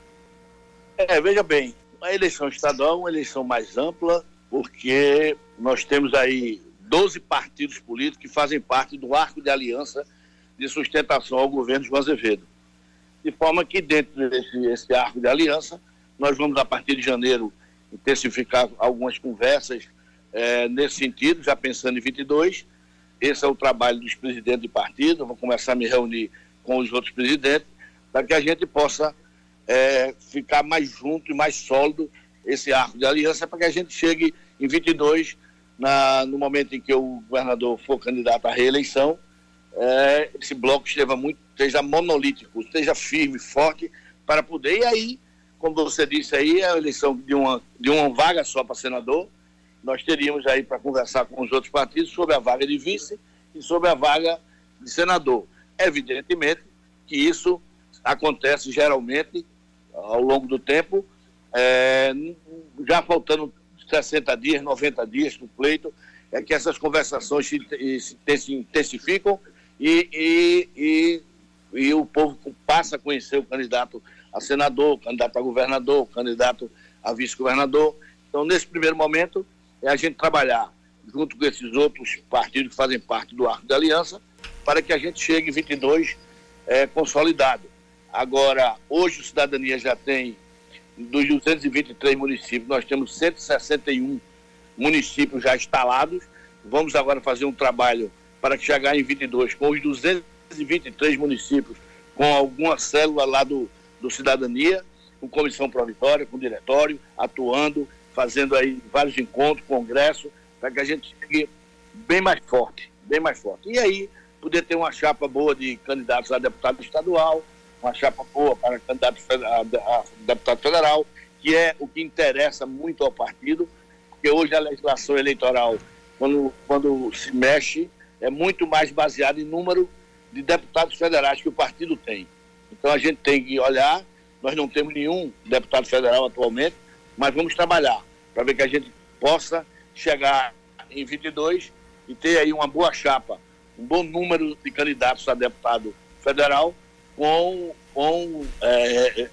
É, veja bem, a eleição estadual é uma eleição mais ampla, porque nós temos aí doze partidos políticos que fazem parte do arco de aliança de sustentação ao governo João Azevedo. De forma que dentro desse esse arco de aliança, nós vamos a partir de janeiro intensificar algumas conversas é, nesse sentido, já pensando em vinte e dois. Esse é o trabalho dos presidentes de partido, eu vou começar a me reunir com os outros presidentes, para que a gente possa É, ficar mais junto e mais sólido esse arco de aliança, para que a gente chegue em vinte e dois, na, no momento em que o governador for candidato à reeleição, é, esse bloco esteja, muito, esteja monolítico, esteja firme, forte, para poder, e aí, como você disse aí, a eleição de uma, de uma vaga só para senador, nós teríamos aí para conversar com os outros partidos sobre a vaga de vice e sobre a vaga de senador. Evidentemente que isso acontece geralmente ao longo do tempo, é, já faltando sessenta dias, noventa dias do pleito, é que essas conversações se, se intensificam e, e, e, e o povo passa a conhecer o candidato a senador, o candidato a governador, o candidato a vice-governador. Então, nesse primeiro momento, é a gente trabalhar junto com esses outros partidos que fazem parte do arco da aliança, para que a gente chegue em vinte e dois é, consolidado. Agora, hoje o Cidadania já tem, dos duzentos e vinte e três municípios, nós temos cento e sessenta e um municípios já instalados. Vamos agora fazer um trabalho para que chegar em vinte e dois com os duzentos e vinte e três municípios, com alguma célula lá do, do Cidadania, com comissão provisória, com diretório, atuando, fazendo aí vários encontros, congressos, para que a gente chegue bem mais forte, bem mais forte. E aí, poder ter uma chapa boa de candidatos a deputado estadual, uma chapa boa para candidato a, a deputado federal, que é o que interessa muito ao partido, porque hoje a legislação eleitoral, quando, quando se mexe, é muito mais baseada em número de deputados federais que o partido tem. Então a gente tem que olhar, nós não temos nenhum deputado federal atualmente, mas vamos trabalhar para ver que a gente possa chegar em vinte e dois e ter aí uma boa chapa, um bom número de candidatos a deputado federal, com, com é,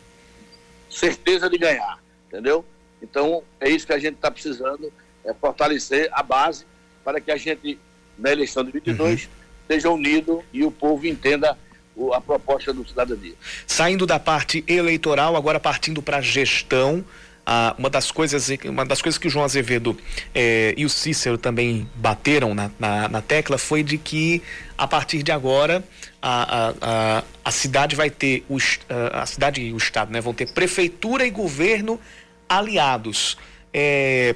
certeza de ganhar, entendeu? Então, é isso que a gente está precisando, é fortalecer a base para que a gente, na eleição de vinte e dois, uhum. esteja unido e o povo entenda o, a proposta do Cidadania. Saindo da parte eleitoral, agora partindo para a gestão, ah, uma das coisas uma das coisas que o João Azevedo eh, e o Cícero também bateram na, na, na tecla foi de que, a partir de agora, a, a, a, a cidade vai ter, o, a cidade e o estado, né, vão ter prefeitura e governo aliados. É,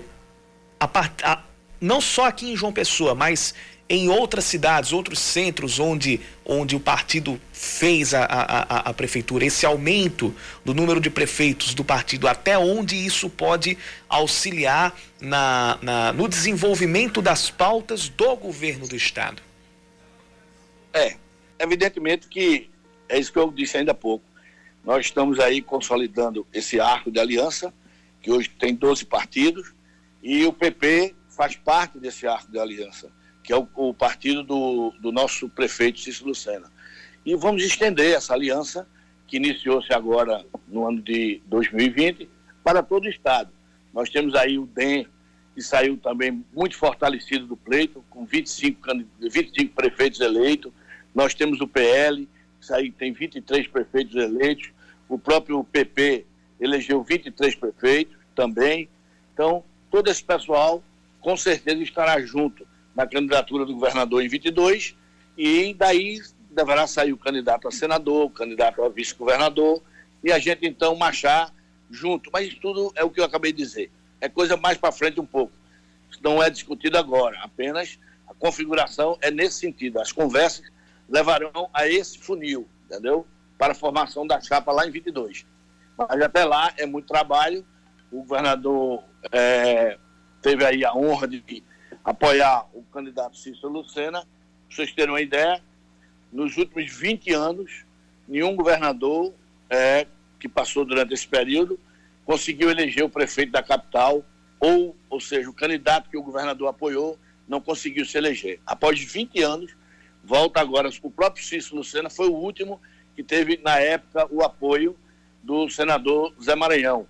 a part, a, não só aqui em João Pessoa, mas em outras cidades, outros centros onde, onde o partido fez a, a, a prefeitura, esse aumento do número de prefeitos do partido, até onde isso pode auxiliar na, na, no desenvolvimento das pautas do governo do estado? É, evidentemente que é isso que eu disse ainda há pouco. Nós estamos aí consolidando esse arco de aliança, que hoje tem doze partidos, e o P P faz parte desse arco de aliança, que é o, o partido do, do nosso prefeito Cícero Lucena. E vamos estender essa aliança, que iniciou-se agora no ano de dois mil e vinte, para todo o Estado. Nós temos aí o D E M, que saiu também muito fortalecido do pleito, com vinte e cinco, vinte e cinco prefeitos eleitos. Nós temos o P L, que saiu, tem vinte e três prefeitos eleitos. O próprio P P elegeu vinte e três prefeitos também. Então, todo esse pessoal, com certeza, estará junto na candidatura do governador em vinte e dois, e daí deverá sair o candidato a senador, o candidato a vice-governador, e a gente, então, marchar junto. Mas isso tudo é o que eu acabei de dizer. É coisa mais para frente um pouco. Isso não é discutido agora, apenas a configuração é nesse sentido. As conversas levarão a esse funil, entendeu? Para a formação da chapa lá em vinte e dois. Mas até lá é muito trabalho. O governador é, teve aí a honra de apoiar o candidato Cícero Lucena. Para vocês terem uma ideia, nos últimos vinte anos, nenhum governador é, que passou durante esse período conseguiu eleger o prefeito da capital, ou, ou seja, o candidato que o governador apoiou não conseguiu se eleger. Após vinte anos, volta agora, o próprio Cícero Lucena foi o último que teve, na época, o apoio do senador Zé Maranhão.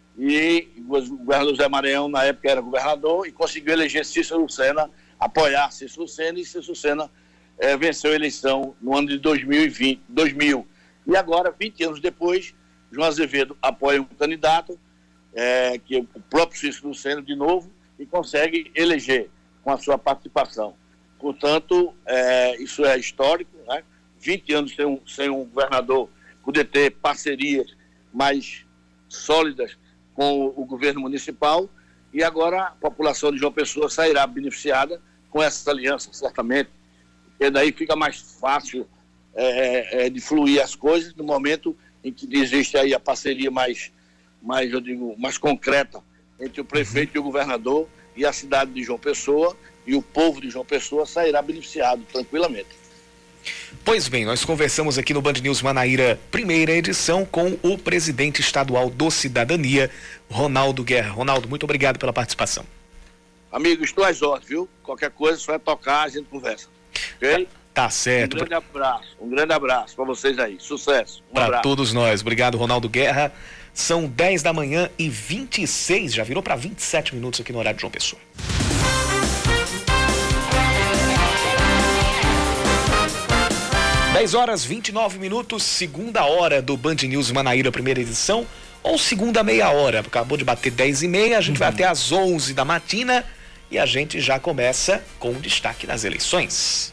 E o governador Zé Maranhão, na época, era governador e conseguiu eleger Cícero Lucena, apoiar Cícero Lucena, e Cícero Lucena eh, venceu a eleição no ano de dois mil e vinte, dois mil. E agora, vinte anos depois, João Azevedo apoia um candidato, é, que é o próprio Cícero Lucena, de novo, e consegue eleger com a sua participação. Portanto, é, isso é histórico, né? vinte anos sem um, sem um governador poder ter parcerias mais sólidas com o, o governo municipal, e agora a população de João Pessoa sairá beneficiada com essa aliança, certamente, porque daí fica mais fácil é, é, de fluir as coisas no momento em que existe aí a parceria mais, mais, eu digo, mais concreta entre o prefeito e o governador, e a cidade de João Pessoa e o povo de João Pessoa sairá beneficiado tranquilamente. Pois bem, nós conversamos aqui no Band News Manaíra, primeira edição, com o presidente estadual do Cidadania, Ronaldo Guerra. Ronaldo, muito obrigado pela participação. Amigo, estou às ordens, viu? Qualquer coisa, só é tocar, a gente conversa. Ok? Tá, tá certo. Um grande abraço, um grande abraço para vocês aí. Sucesso. Um para todos nós. Obrigado, Ronaldo Guerra. São dez da manhã e vinte e seis, já virou para vinte e sete minutos aqui no horário de João Pessoa. dez horas e vinte e nove minutos, segunda hora do Band News Manaíra, primeira edição, ou segunda meia hora, acabou de bater dez e meia, a gente uhum. vai até às onze da matina e a gente já começa com o destaque nas eleições.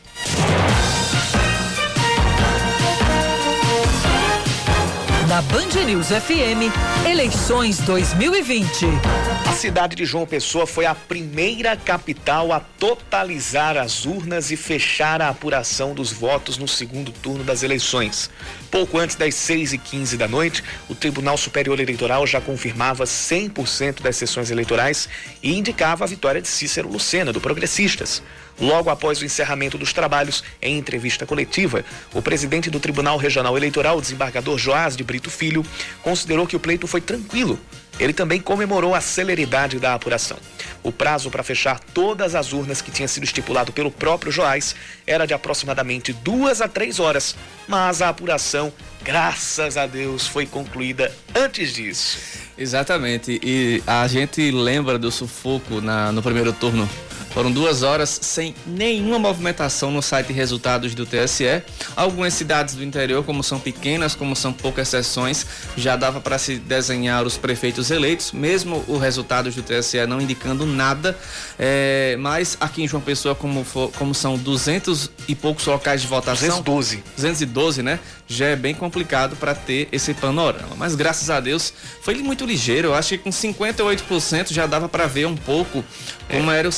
Na Band News F M, eleições dois mil e vinte. A cidade de João Pessoa foi a primeira capital a totalizar as urnas e fechar a apuração dos votos no segundo turno das eleições. Pouco antes das seis e quinze da noite, o Tribunal Superior Eleitoral já confirmava cem por cento das sessões eleitorais e indicava a vitória de Cícero Lucena, do Progressistas. Logo após o encerramento dos trabalhos, em entrevista coletiva, o presidente do Tribunal Regional Eleitoral, o desembargador Joás de Brito Filho, considerou que o pleito foi tranquilo. Ele também comemorou a celeridade da apuração. O prazo para fechar todas as urnas que tinha sido estipulado pelo próprio Joás era de aproximadamente duas a três horas, mas a apuração, graças a Deus, foi concluída antes disso. Exatamente, e a gente lembra do sufoco na, no primeiro turno. Foram duas horas sem nenhuma movimentação no site de resultados do T S E. Algumas cidades do interior, como são pequenas, como são poucas sessões, já dava para se desenhar os prefeitos eleitos, mesmo os resultados do T S E não indicando nada. É, mas aqui em João Pessoa, como, for, como são duzentos e poucos locais de votação... duzentos e doze. duzentos e doze, né? Já é bem complicado para ter esse panorama. Mas graças a Deus foi muito ligeiro. Eu acho que com cinquenta e oito por cento já dava para ver um pouco como, é. era o, como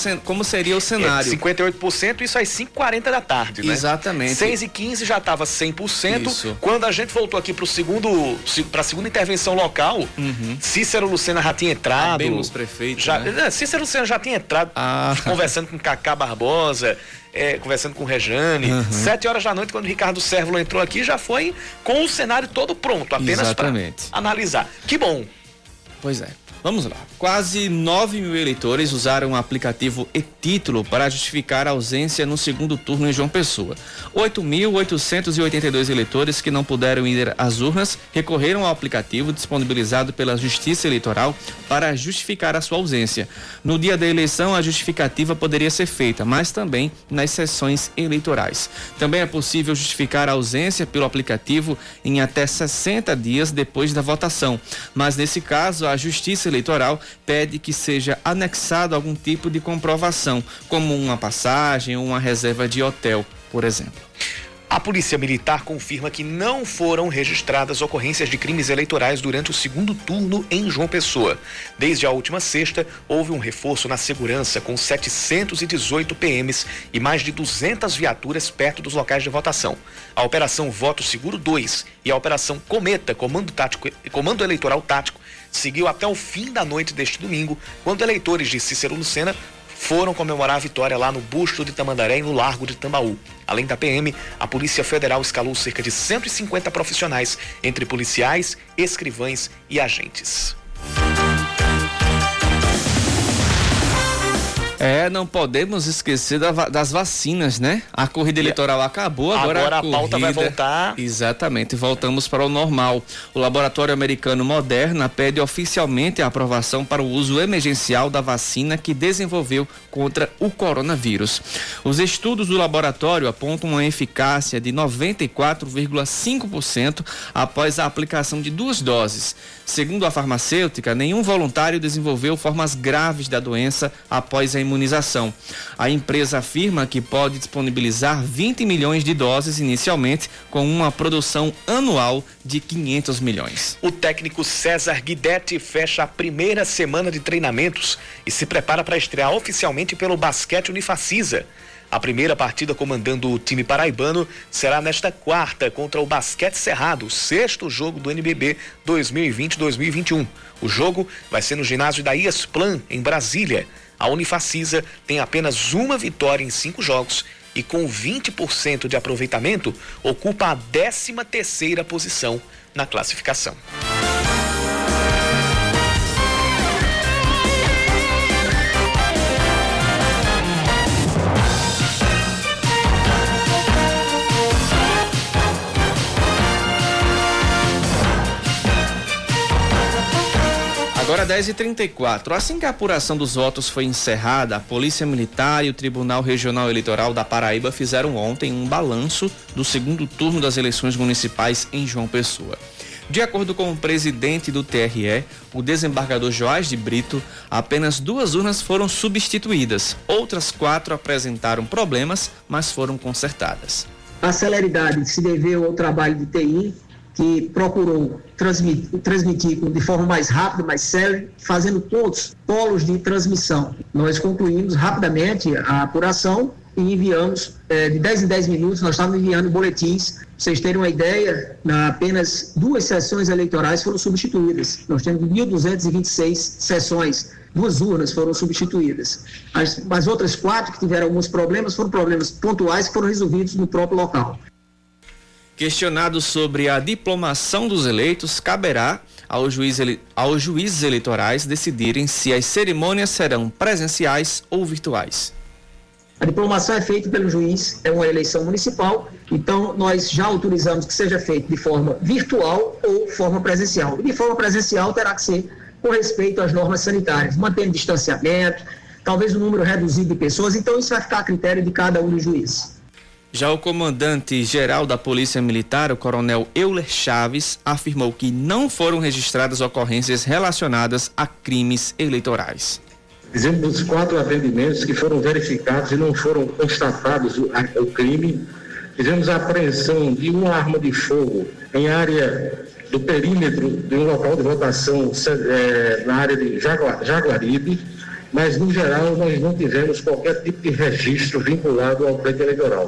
seria o cenário. É, cinquenta e oito por cento, isso às cinco e quarenta da tarde, né? Exatamente. seis e quinze já estava cem por cento. Isso. Quando a gente voltou aqui para o segundo, para a segunda intervenção local, uhum. Cícero Lucena já tinha entrado. Abemos prefeito, já, né? Cícero Lucena já tinha entrado, ah. conversando com Cacá Barbosa, é, conversando com Rejane. Uhum. Sete horas da noite, quando o Ricardo Sérvulo entrou aqui, já foi com o cenário todo pronto, apenas para analisar. Que bom. Pois é. Vamos lá. Quase nove mil eleitores usaram o aplicativo e-Título para justificar a ausência no segundo turno em João Pessoa. oito mil oitocentos e oitenta e dois eleitores que não puderam ir às urnas recorreram ao aplicativo disponibilizado pela Justiça Eleitoral para justificar a sua ausência. No dia da eleição, a justificativa poderia ser feita, mas também nas sessões eleitorais. Também é possível justificar a ausência pelo aplicativo em até sessenta dias depois da votação, mas nesse caso, a Justiça Eleitoral pede que seja anexado algum tipo de comprovação, como uma passagem ou uma reserva de hotel, por exemplo. A Polícia Militar confirma que não foram registradas ocorrências de crimes eleitorais durante o segundo turno em João Pessoa. Desde a última sexta, houve um reforço na segurança com setecentos e dezoito P Ms e mais de duzentas viaturas perto dos locais de votação. A Operação Voto Seguro dois e a Operação Cometa, Comando Tático, Comando Eleitoral Tático, seguiu até o fim da noite deste domingo, quando eleitores de Cícero Lucena foram comemorar a vitória lá no Busto de Tamandaré e no Largo de Tambaú. Além da P M, a Polícia Federal escalou cerca de cento e cinquenta profissionais, entre policiais, escrivães e agentes. É, não podemos esquecer da, das vacinas, né? A corrida eleitoral acabou, agora, agora a, a corrida... pauta vai voltar. Exatamente, voltamos para o normal. O laboratório americano Moderna pede oficialmente a aprovação para o uso emergencial da vacina que desenvolveu contra o coronavírus. Os estudos do laboratório apontam uma eficácia de noventa e quatro vírgula cinco por cento após a aplicação de duas doses. Segundo a farmacêutica, nenhum voluntário desenvolveu formas graves da doença após a imunização. A empresa afirma que pode disponibilizar vinte milhões de doses inicialmente, com uma produção anual de quinhentos milhões. O técnico César Guidetti fecha a primeira semana de treinamentos e se prepara para estrear oficialmente pelo basquete Unifacisa. A primeira partida comandando o time paraibano será nesta quarta contra o Basquete Cerrado, o sexto jogo do N B B dois mil e vinte dois mil e vinte e um. O jogo vai ser no ginásio da I E S Plan, em Brasília. A Unifacisa tem apenas uma vitória em cinco jogos e com vinte por cento de aproveitamento ocupa a décima terceira posição na classificação. Agora dez e trinta e quatro. Assim que a apuração dos votos foi encerrada, a Polícia Militar e o Tribunal Regional Eleitoral da Paraíba fizeram ontem um balanço do segundo turno das eleições municipais em João Pessoa. De acordo com o presidente do T R E, o desembargador Joás de Brito, apenas duas urnas foram substituídas. Outras quatro apresentaram problemas, mas foram consertadas. A celeridade se deveu ao trabalho de T I, que procurou transmitir, transmitir de forma mais rápida, mais célere, fazendo todos polos de transmissão. Nós concluímos rapidamente a apuração e enviamos, eh, de dez em dez minutos, nós estávamos enviando boletins. Pra vocês terem uma ideia, na apenas duas sessões eleitorais foram substituídas. Nós temos mil duzentas e vinte e seis sessões, duas urnas foram substituídas. As, as outras quatro que tiveram alguns problemas foram problemas pontuais que foram resolvidos no próprio local. Questionado sobre a diplomação dos eleitos, caberá ao juiz, aos juízes eleitorais decidirem se as cerimônias serão presenciais ou virtuais. A diplomação é feita pelo juiz, é uma eleição municipal, então nós já autorizamos que seja feito de forma virtual ou forma presencial. E de forma presencial terá que ser com respeito às normas sanitárias, mantendo distanciamento, talvez um número reduzido de pessoas, então isso vai ficar a critério de cada um dos juízes. Já o comandante-geral da Polícia Militar, o coronel Euler Chaves, afirmou que não foram registradas ocorrências relacionadas a crimes eleitorais. Fizemos quatro atendimentos que foram verificados e não foram constatados o, a, o crime. Fizemos a apreensão de uma arma de fogo em área do perímetro de um local de votação é, na área de Jaguar, Jaguaribe. mas no geral nós não tivemos qualquer tipo de registro vinculado ao pleito eleitoral.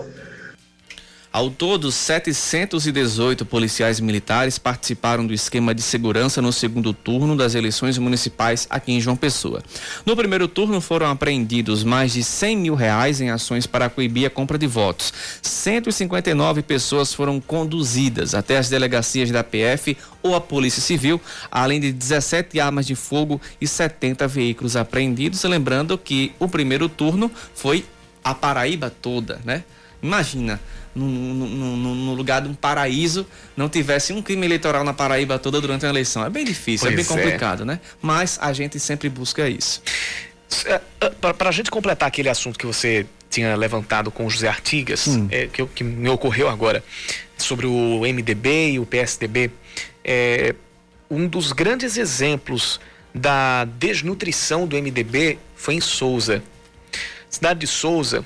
Ao todo, setecentos e dezoito policiais militares participaram do esquema de segurança no segundo turno das eleições municipais aqui em João Pessoa. No primeiro turno foram apreendidos mais de cem mil reais em ações para coibir a compra de votos. cento e cinquenta e nove pessoas foram conduzidas até as delegacias da P F ou a Polícia Civil, além de dezessete armas de fogo e setenta veículos apreendidos. Lembrando que o primeiro turno foi a Paraíba toda, né? Imagina, no, no, no, no lugar de um paraíso, não tivesse um crime eleitoral na Paraíba toda durante a eleição. É bem difícil, pois é bem complicado, é. né? Mas a gente sempre busca isso. Para a gente completar aquele assunto que você tinha levantado com o José Artigas, é, que, que me ocorreu agora, sobre o M D B e o P S D B, é, um dos grandes exemplos da desnutrição do M D B foi em Souza. Cidade de Souza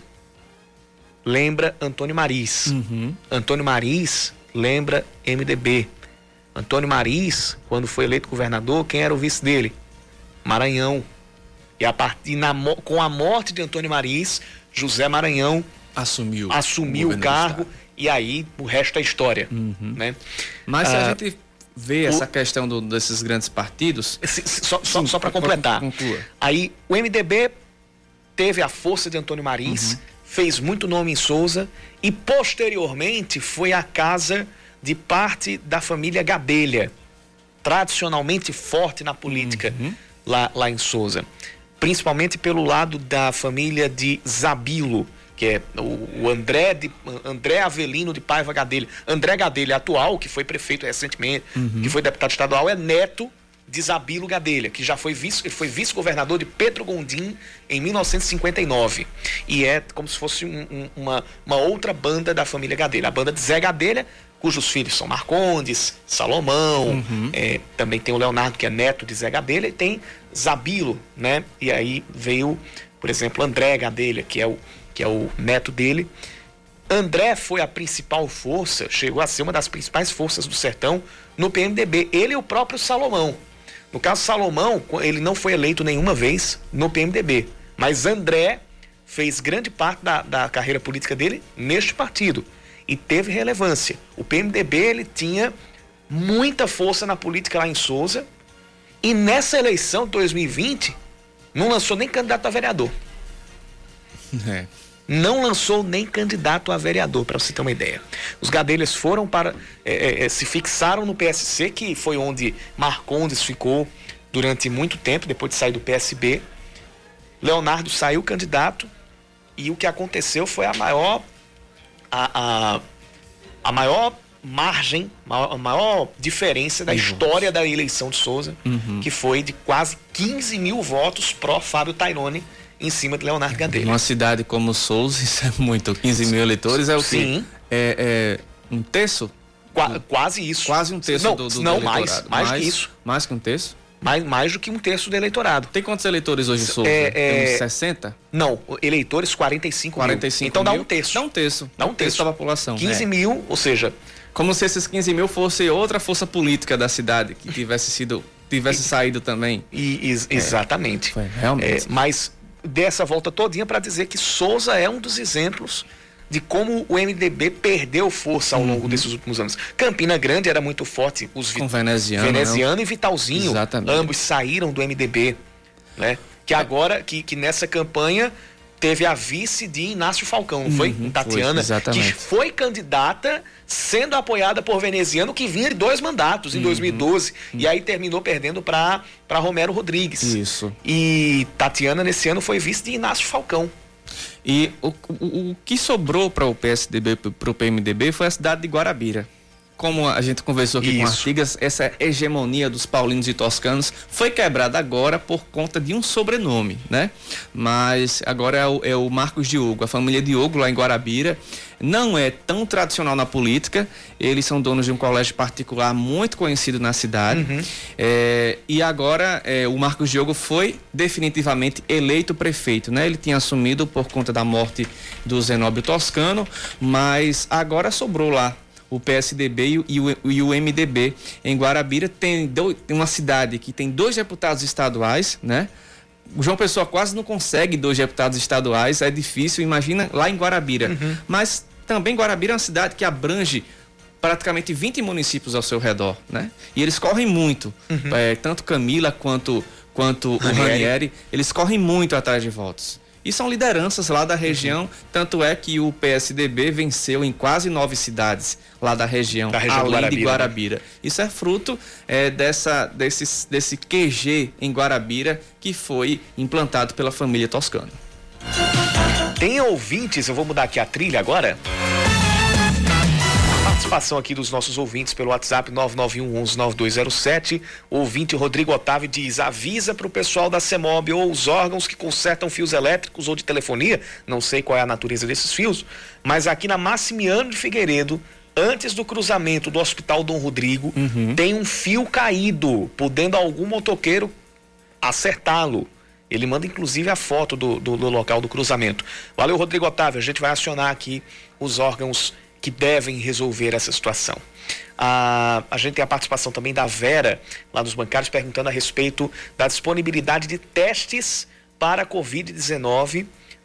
lembra Antônio Mariz. Uhum. Antônio Mariz lembra M D B. Antônio Mariz, quando foi eleito governador, quem era o vice dele? Maranhão. E a partir na, com a morte de Antônio Mariz, José Maranhão assumiu, assumiu o, o cargo, e aí o resto é história. Uhum. Né? Mas se ah, a gente vê o, essa questão do, desses grandes partidos... Se, se, só só, só para completar. Conclua. Aí o M D B teve a força de Antônio Mariz, uhum. fez muito nome em Souza e posteriormente foi a casa de parte da família Gadelha, tradicionalmente forte na política uhum. lá, lá em Souza, principalmente pelo lado da família de Zabilo, que é o, o André, de, André Avelino de Paiva Gadelha. André Gadelha atual, que foi prefeito recentemente, uhum. que foi deputado estadual, é neto de Zabilo Gadelha, que já foi vice, foi vice-governador de Pedro Gondim em mil novecentos e cinquenta e nove. E é como se fosse um, um, uma, uma outra banda da família Gadelha. A banda de Zé Gadelha, cujos filhos são Marcondes, Salomão, uhum. é, também tem o Leonardo, que é neto de Zé Gadelha, e tem Zabilo, né? E aí veio, por exemplo, André Gadelha, que é o, que é o neto dele. André foi a principal força, chegou a ser uma das principais forças do sertão no P M D B. Ele e o próprio Salomão. No caso, Salomão, ele não foi eleito nenhuma vez no P M D B, mas André fez grande parte da, da carreira política dele neste partido e teve relevância. O P M D B, ele tinha muita força na política lá em Souza e nessa eleição de dois mil e vinte não lançou nem candidato a vereador. É. Não lançou nem candidato a vereador, para você ter uma ideia. Os Gadelhas foram para, é, é, se fixaram no P S C, que foi onde Marcondes ficou durante muito tempo, depois de sair do P S B. Leonardo saiu candidato e o que aconteceu foi a maior, a, a, a maior margem, a maior diferença da uhum. história da eleição de Souza, uhum. que foi de quase quinze mil votos pró Fábio Tairone, em cima de Leonardo Gadelha. Uma cidade como Souza, isso é muito. quinze mil eleitores é o Sim. quê? É, é um terço? Qua, quase isso. Quase um terço não, do, do, não, do eleitorado. mais, mais, mais que isso. Mais que um terço? Mais, mais do que um terço do eleitorado. Tem quantos eleitores hoje em Souza? É, Tem é... uns sessenta? Não, eleitores quarenta e cinco mil. quarenta e cinco então mil? dá um terço. Dá um terço. Dá um, um terço da população. quinze é. mil, ou seja... Como se esses quinze mil fosse outra força política da cidade, que tivesse sido, tivesse saído também. E, e, exatamente. É, foi, realmente. É, mas dessa volta todinha para dizer que Souza é um dos exemplos de como o M D B perdeu força ao longo uhum. desses últimos anos. Campina Grande era muito forte, os Com Veneziano, Veneziano e Vitalzinho, exatamente. ambos saíram do M D B, né? Que agora, que, que nessa campanha teve a vice de Inácio Falcão, não foi? Uhum, Tatiana, foi, que foi candidata sendo apoiada por Veneziano, que vinha de dois mandatos em uhum. dois mil e doze, uhum. e aí terminou perdendo para para Romero Rodrigues. Isso. E Tatiana nesse ano foi vice de Inácio Falcão. E o, o, o que sobrou para o P S D B, para o P M D B, foi a cidade de Guarabira. Como a gente conversou aqui Isso. com Artigas, essa hegemonia dos paulinos e toscanos foi quebrada agora por conta de um sobrenome, né? Mas agora é o, é o Marcos Diogo, a família Diogo lá em Guarabira não é tão tradicional na política, eles são donos de um colégio particular muito conhecido na cidade, uhum. é, e agora é, o Marcos Diogo foi definitivamente eleito prefeito, né? Ele tinha assumido por conta da morte do Zenóbio Toscano, mas agora sobrou lá o P S D B e o, e o M D B. Em Guarabira tem, do, tem uma cidade que tem dois deputados estaduais, né? o João Pessoa quase não consegue dois deputados estaduais, é difícil, imagina lá em Guarabira. Uhum. Mas também Guarabira é uma cidade que abrange praticamente vinte municípios ao seu redor, né? E eles correm muito, uhum. é, tanto Camila quanto, quanto Ranieri. o Ranieri, eles correm muito atrás de votos. E são lideranças lá da região, uhum. tanto é que o P S D B venceu em quase nove cidades lá da região, da região além Guarabira, de Guarabira. Né? Isso é fruto é, dessa, desse, desse Q G em Guarabira que foi implantado pela família Toscano. Tem ouvintes, eu vou mudar aqui a trilha agora. Participação aqui dos nossos ouvintes pelo WhatsApp nove nove um, onze, nove dois zero sete. O ouvinte Rodrigo Otávio diz: avisa para o pessoal da CEMOB ou os órgãos que consertam fios elétricos ou de telefonia, não sei qual é a natureza desses fios, mas aqui na Maximiano de Figueiredo, antes do cruzamento do Hospital Dom Rodrigo, uhum. tem um fio caído, podendo algum motoqueiro acertá-lo. Ele manda inclusive a foto do, do, do local do cruzamento. Valeu, Rodrigo Otávio, a gente vai acionar aqui os órgãos que devem resolver essa situação. Ah, a gente tem a participação também da Vera, lá dos bancários, perguntando a respeito da disponibilidade de testes para a covid dezenove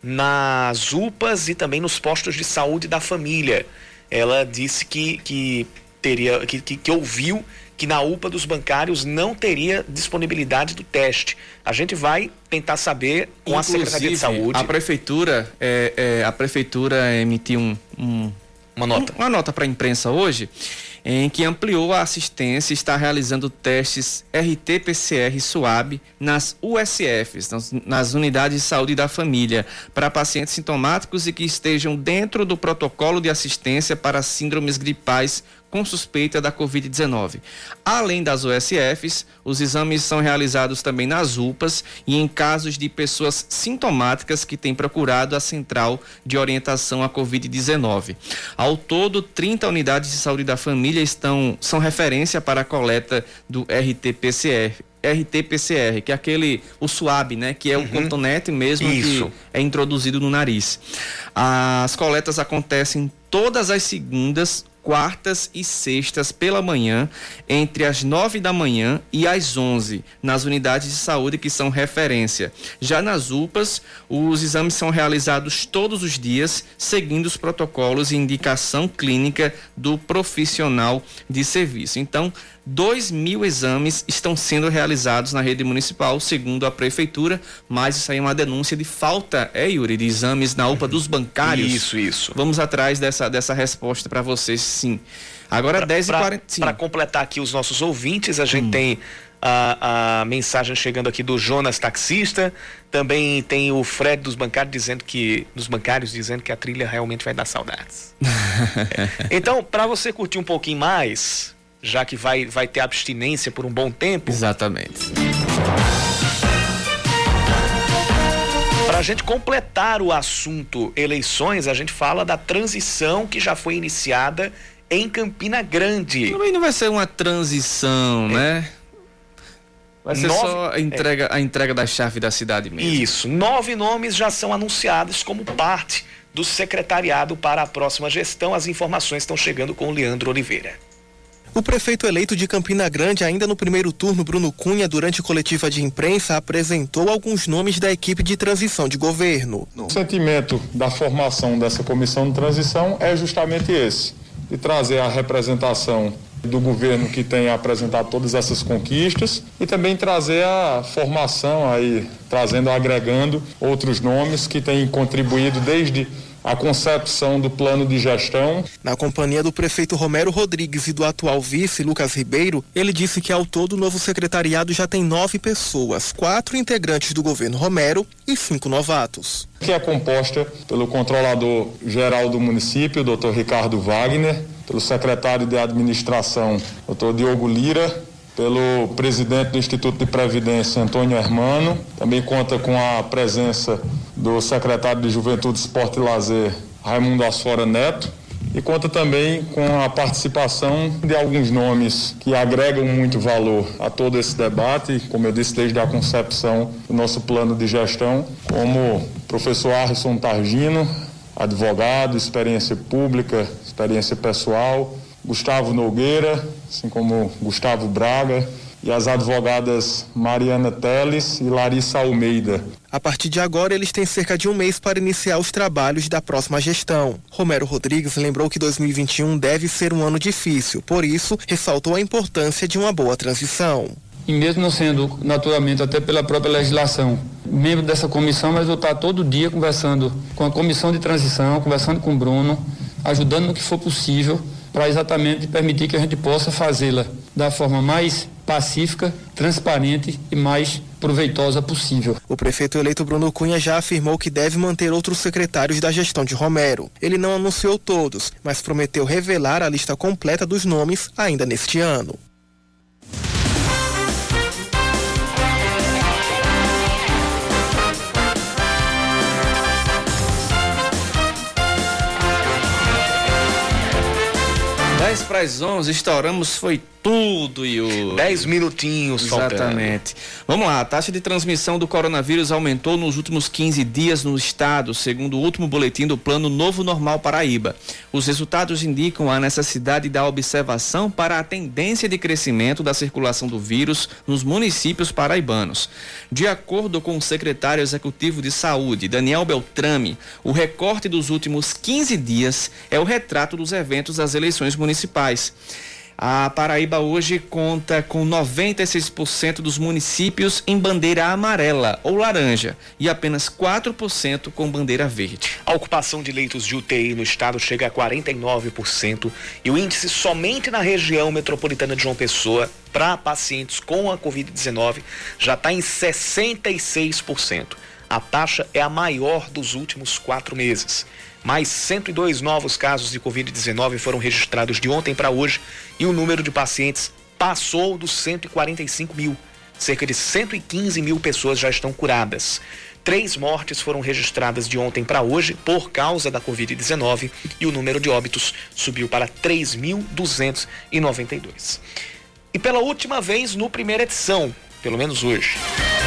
nas U P As e também nos postos de saúde da família. Ela disse que, que, teria, que, que, que ouviu que na U P A dos bancários não teria disponibilidade do teste. A gente vai tentar saber com Inclusive, a Secretaria de Saúde. A prefeitura, é, é, a prefeitura emitiu um... um... Uma nota. Uma nota para a imprensa hoje, em que ampliou a assistência e está realizando testes R T P C R SUAB nas U S Fs, nas, nas unidades de saúde da família, para pacientes sintomáticos e que estejam dentro do protocolo de assistência para síndromes gripais com suspeita da covid dezenove. Além das U S Fs, os exames são realizados também nas U P As e em casos de pessoas sintomáticas que têm procurado a Central de Orientação à covid dezenove. Ao todo, trinta unidades de saúde da família estão, são referência para a coleta do R T P C R. R T P C R, que é aquele, o SUAB, né? Que é uhum. o cotonete mesmo Isso. que é introduzido no nariz. As coletas acontecem todas as segundas, quartas e sextas pela manhã, entre as nove da manhã e as onze, nas unidades de saúde que são referência. Já nas U P As, os exames são realizados todos os dias, seguindo os protocolos e indicação clínica do profissional de serviço. Então, dois mil exames estão sendo realizados na rede municipal, segundo a prefeitura, mas isso aí é uma denúncia de falta, é, Yuri, de exames na U P A dos bancários. Isso, isso. Vamos atrás dessa, dessa resposta para vocês, sim. Agora, dez e quarenta. Para completar aqui os nossos ouvintes, a gente hum. tem a, a mensagem chegando aqui do Jonas Taxista, também tem o Fred dos bancários dizendo que, dos bancários dizendo que a trilha realmente vai dar saudades. é. Então, para você curtir um pouquinho mais, já que vai, vai ter abstinência por um bom tempo. Exatamente. Para a gente completar o assunto eleições, a gente fala da transição que já foi iniciada em Campina Grande. Também não vai ser uma transição, é. né? Vai ser Nove, só a entrega, é. a entrega da chave da cidade mesmo. Isso. Nove nomes já são anunciados como parte do secretariado para a próxima gestão. As informações estão chegando com o Leandro Oliveira. O prefeito eleito de Campina Grande, ainda no primeiro turno, Bruno Cunha, durante coletiva de imprensa, apresentou alguns nomes da equipe de transição de governo. O sentimento da formação dessa comissão de transição é justamente esse, de trazer a representação do governo que tem apresentado todas essas conquistas e também trazer a formação aí, trazendo, agregando outros nomes que têm contribuído desde a concepção do plano de gestão. Na companhia do prefeito Romero Rodrigues e do atual vice, Lucas Ribeiro, ele disse que ao todo o novo secretariado já tem nove pessoas, quatro integrantes do governo Romero e cinco novatos. Que é composta pelo controlador geral do município, doutor Ricardo Wagner, pelo secretário de administração, doutor Diogo Lira, pelo presidente do Instituto de Previdência, Antônio Hermano. Também conta com a presença do secretário de Juventude, Esporte e Lazer, Raimundo Asfora Neto, e conta também com a participação de alguns nomes que agregam muito valor a todo esse debate, como eu disse, desde a concepção do nosso plano de gestão, como o professor Arson Targino, advogado, experiência pública, experiência pessoal, Gustavo Nogueira, assim como Gustavo Braga e as advogadas Mariana Teles e Larissa Almeida. A partir de agora, eles têm cerca de um mês para iniciar os trabalhos da próxima gestão. Romero Rodrigues lembrou que dois mil e vinte e um deve ser um ano difícil, por isso, ressaltou a importância de uma boa transição. E mesmo não sendo, naturalmente, até pela própria legislação, membro dessa comissão, mas eu estou todo dia conversando com a comissão de transição, conversando com o Bruno, ajudando no que for possível, para exatamente permitir que a gente possa fazê-la da forma mais pacífica, transparente e mais proveitosa possível. O prefeito eleito Bruno Cunha já afirmou que deve manter outros secretários da gestão de Romero. Ele não anunciou todos, mas prometeu revelar a lista completa dos nomes ainda neste ano. dez para as onze, estouramos, foi tudo, Yuri. dez minutinhos faltando. Exatamente. Vamos lá, a taxa de transmissão do coronavírus aumentou nos últimos quinze dias no estado, segundo o último boletim do Plano Novo Normal Paraíba. Os resultados indicam a necessidade da observação para a tendência de crescimento da circulação do vírus nos municípios paraibanos. De acordo com o secretário executivo de Saúde, Daniel Beltrame, o recorte dos últimos quinze dias é o retrato dos eventos das eleições municipais. A Paraíba hoje conta com noventa e seis por cento dos municípios em bandeira amarela ou laranja e apenas quatro por cento com bandeira verde. A ocupação de leitos de U T I no estado chega a quarenta e nove por cento e o índice somente na região metropolitana de João Pessoa para pacientes com a covid dezenove já está em sessenta e seis por cento. A taxa é a maior dos últimos quatro meses. Mais cento e dois novos casos de covid dezenove foram registrados de ontem para hoje e o número de pacientes passou dos cento e quarenta e cinco mil. Cerca de cento e quinze mil pessoas já estão curadas. Três mortes foram registradas de ontem para hoje por causa da covid dezenove e o número de óbitos subiu para três mil duzentos e noventa e dois. E pela última vez no primeira edição, pelo menos hoje.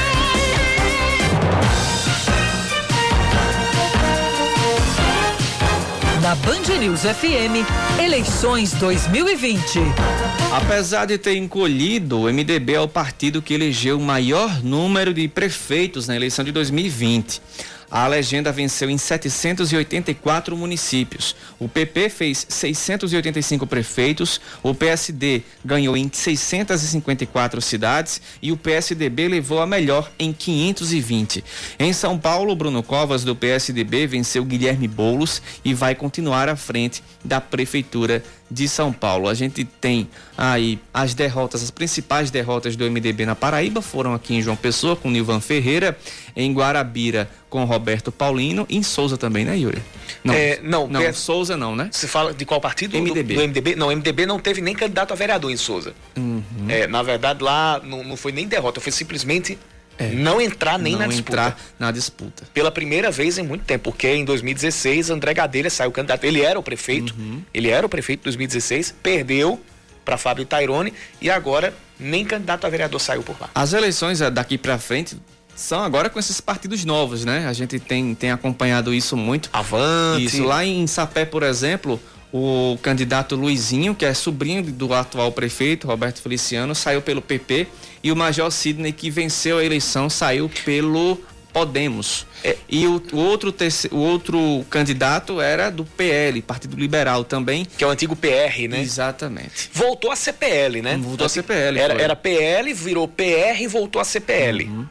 Na Band News F M, eleições dois mil e vinte. Apesar de ter encolhido, o M D B é o partido que elegeu o maior número de prefeitos na eleição de dois mil e vinte. A legenda venceu em setecentos e oitenta e quatro municípios. O P P fez seiscentos e oitenta e cinco prefeitos, o P S D ganhou em seiscentas e cinquenta e quatro cidades e o P S D B levou a melhor em quinhentos e vinte. Em São Paulo, Bruno Covas, do P S D B, venceu Guilherme Boulos e vai continuar à frente da Prefeitura de São Paulo. A gente tem aí as derrotas, as principais derrotas do M D B na Paraíba foram aqui em João Pessoa com Nilvan Ferreira, em Guarabira com Roberto Paulino e em Souza também, né, Yuri? Não, é, não, não P... Souza não, né? Você fala de qual partido? M D B. Do, do M D B? Não, o M D B não teve nem candidato a vereador em Souza. Uhum. É, na verdade, lá não, não foi nem derrota, foi simplesmente é. não entrar nem não na disputa. entrar na disputa. Pela primeira vez em muito tempo, porque em dois mil e dezesseis, André Gadelha saiu candidato. Ele era o prefeito, uhum. ele era o prefeito em dois mil e dezesseis, perdeu para Fábio Tairone e agora nem candidato a vereador saiu por lá. As eleições daqui para frente são agora com esses partidos novos, né? A gente tem, tem acompanhado isso muito. Avante. Isso, lá em Sapé, por exemplo, o candidato Luizinho, que é sobrinho do atual prefeito, Roberto Feliciano, saiu pelo P P e o Major Sidney, que venceu a eleição, saiu pelo Podemos. É. E o, o, outro terceiro, o outro candidato era do P L, Partido Liberal também. Que é o antigo P R, né? Exatamente. Voltou a ser P L, né? Voltou a ser P L. Era, era P L, virou P R e voltou a ser P L. Uhum.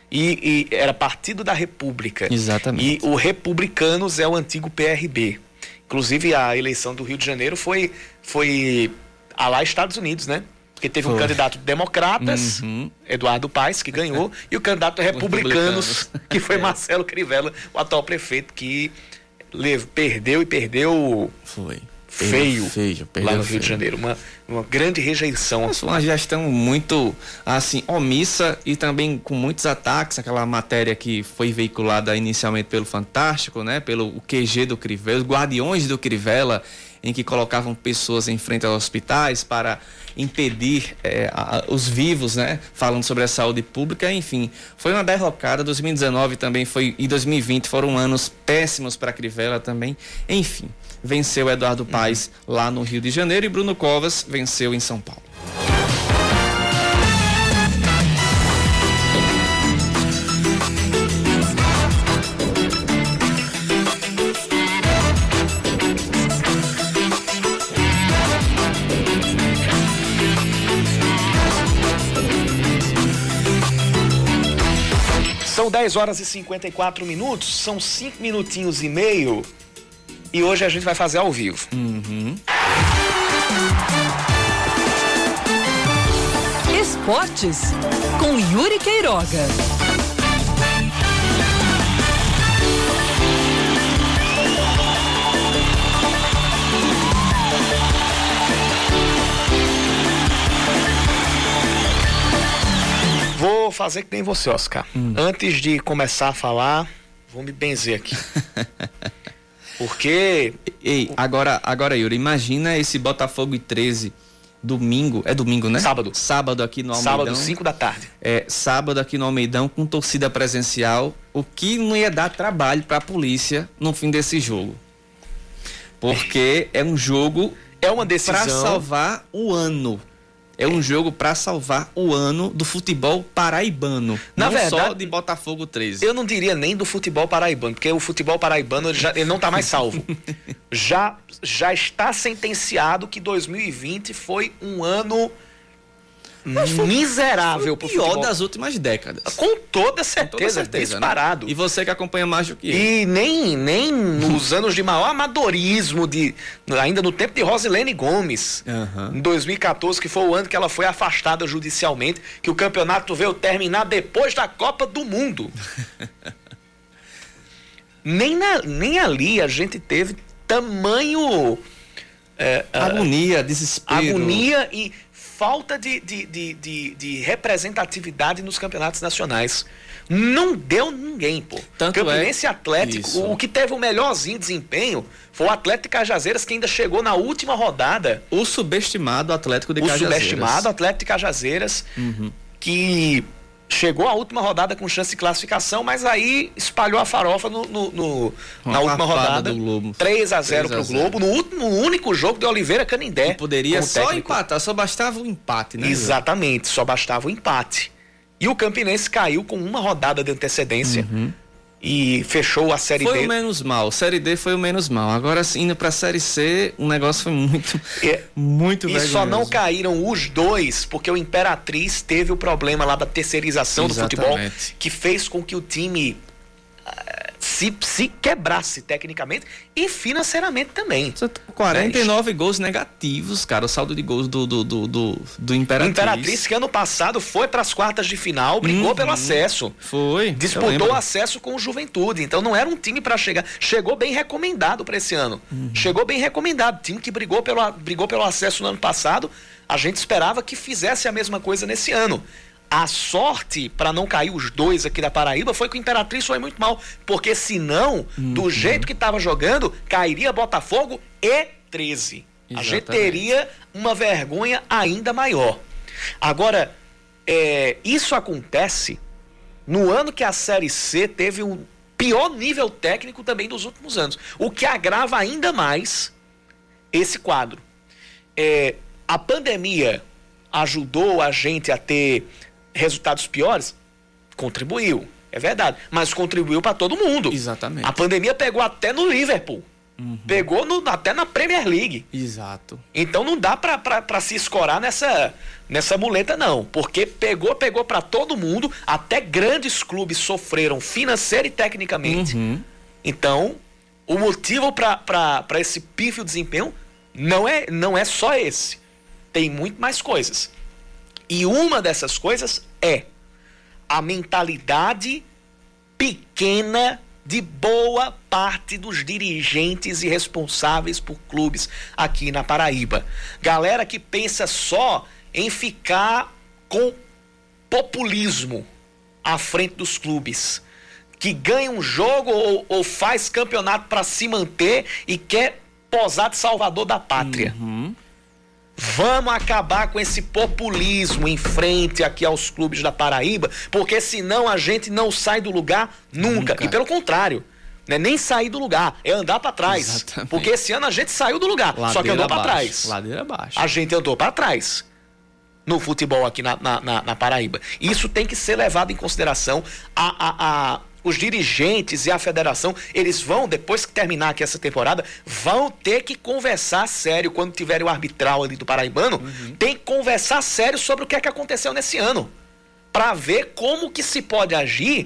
E, e era Partido da República. Exatamente. E o Republicanos é o antigo P R B. Inclusive a eleição do Rio de Janeiro foi, foi a lá Estados Unidos, né? Porque teve foi. um candidato de democratas, uhum. Eduardo Paes, que ganhou, e o candidato republicanos, republicanos. que foi é. Marcelo Crivella, o atual prefeito, que levou, perdeu e perdeu... Foi. Feio, feio lá no feio. Rio de Janeiro, uma, uma grande rejeição. Mas uma gestão muito, assim, omissa e também com muitos ataques, aquela matéria que foi veiculada inicialmente pelo Fantástico, né, pelo o Q G do Crivella, os Guardiões do Crivella, em que colocavam pessoas em frente aos hospitais para impedir é, a, os vivos, né, falando sobre a saúde pública, enfim, foi uma derrocada. Dois mil e dezenove também foi, e dois mil e vinte foram anos péssimos para Crivella também, enfim. Venceu Eduardo Paes uhum. lá no Rio de Janeiro e Bruno Covas venceu em São Paulo. São dez horas e cinquenta e quatro minutos, são cinco minutinhos e meio e hoje a gente vai fazer ao vivo. Uhum. Esportes com Yuri Queiroga. Vou fazer que nem você, Oscar. Hum. Antes de começar a falar, vou me benzer aqui. Porque... Ei, agora, agora, Yuri, imagina esse Botafogo e treze, domingo, é domingo, né? Sábado. Sábado aqui no Almeidão. Sábado, cinco da tarde. É, sábado aqui no Almeidão, com torcida presencial, o que não ia dar trabalho pra polícia no fim desse jogo. Porque é um jogo... É uma decisão... Pra salvar o ano. É um jogo para salvar o ano do futebol paraibano. Na não verdade, só de Botafogo treze. Eu não diria nem do futebol paraibano, porque o futebol paraibano ele, já, ele não está mais salvo. já, já está sentenciado que dois mil e vinte foi um ano foi, miserável para o pior futebol das últimas décadas. Com toda certeza, Com toda certeza, disparado. Né? E você que acompanha mais do que eu. E nem, nem nos anos de maior amadorismo, de, ainda no tempo de Rosilene Gomes, uhum. em dois mil e quatorze, que foi o ano que ela foi afastada judicialmente, que o campeonato veio terminar depois da Copa do Mundo. nem, na, nem ali a gente teve tamanho... É, agonia, desespero. Agonia e... falta de, de, de, de, de representatividade nos campeonatos nacionais. Não deu ninguém, pô. Tanto Campinense é... Atlético, Isso. o que teve o melhorzinho desempenho foi o Atlético de Cajazeiras, que ainda chegou na última rodada. O subestimado Atlético de o Cajazeiras. O subestimado Atlético de Cajazeiras, uhum. que chegou à última rodada com chance de classificação, mas aí espalhou a farofa no, no, no, na última rodada. Do Globo. três a zero pro Globo, no, último, no único jogo de Oliveira Canindé. Que poderia só técnico. empatar, só bastava o empate, né? Exatamente, só bastava o empate. E o Campinense caiu com uma rodada de antecedência. Uhum. E fechou a Série foi D. Foi o menos mal. Série D foi o menos mal. Agora, indo pra Série C, o negócio foi muito, é, muito E vergonhoso. só não caíram os dois, porque o Imperatriz teve o problema lá da terceirização Exatamente. do futebol, que fez com que o time uh, se, se quebrasse tecnicamente e financeiramente também. quarenta e nove é gols negativos, cara. O saldo de gols do, do, do, do, do Imperatriz. Imperatriz, que ano passado foi para as quartas de final, brigou uhum. pelo acesso. Foi. Disputou o acesso com o Juventude. Então não era um time para chegar. Chegou bem recomendado para esse ano. Uhum. Chegou bem recomendado. Time que brigou pelo, brigou pelo acesso no ano passado. A gente esperava que fizesse a mesma coisa nesse ano. A sorte para não cair os dois aqui da Paraíba foi que o Imperatriz foi muito mal, porque senão, uhum. do jeito que estava jogando, cairia Botafogo e treze. Exatamente. A gente teria uma vergonha ainda maior. Agora, é, isso acontece no ano que a Série C teve o pior nível técnico também dos últimos anos, o que agrava ainda mais esse quadro. É, a pandemia ajudou a gente a ter resultados piores? Contribuiu, é verdade, mas contribuiu para todo mundo. Exatamente. A pandemia pegou até no Liverpool, uhum. pegou no, até na Premier League. Exato. Então não dá para se escorar nessa, nessa muleta não, porque pegou, pegou para todo mundo, até grandes clubes sofreram financeira e tecnicamente. Uhum. Então, o motivo para esse pífio desempenho não é, não é só esse, tem muito mais coisas. E uma dessas coisas é a mentalidade pequena de boa parte dos dirigentes e responsáveis por clubes aqui na Paraíba. Galera que pensa só em ficar com populismo à frente dos clubes, que ganha um jogo ou, ou faz campeonato para se manter e quer posar de salvador da pátria. Uhum. Vamos acabar com esse populismo em frente aqui aos clubes da Paraíba, porque senão a gente não sai do lugar nunca. nunca. E pelo contrário, não é nem sair do lugar, é andar para trás. Exatamente. Porque esse ano a gente saiu do lugar, ladeira só que andou para trás. Ladeira abaixo. A gente andou para trás no futebol aqui na, na, na, na Paraíba. Isso tem que ser levado em consideração. A, a, a, os dirigentes e a federação, eles vão, depois que terminar aqui essa temporada, vão ter que conversar sério quando tiverem o arbitral ali do paraibano, uhum. tem que conversar sério sobre o que é que aconteceu nesse ano, para ver como que se pode agir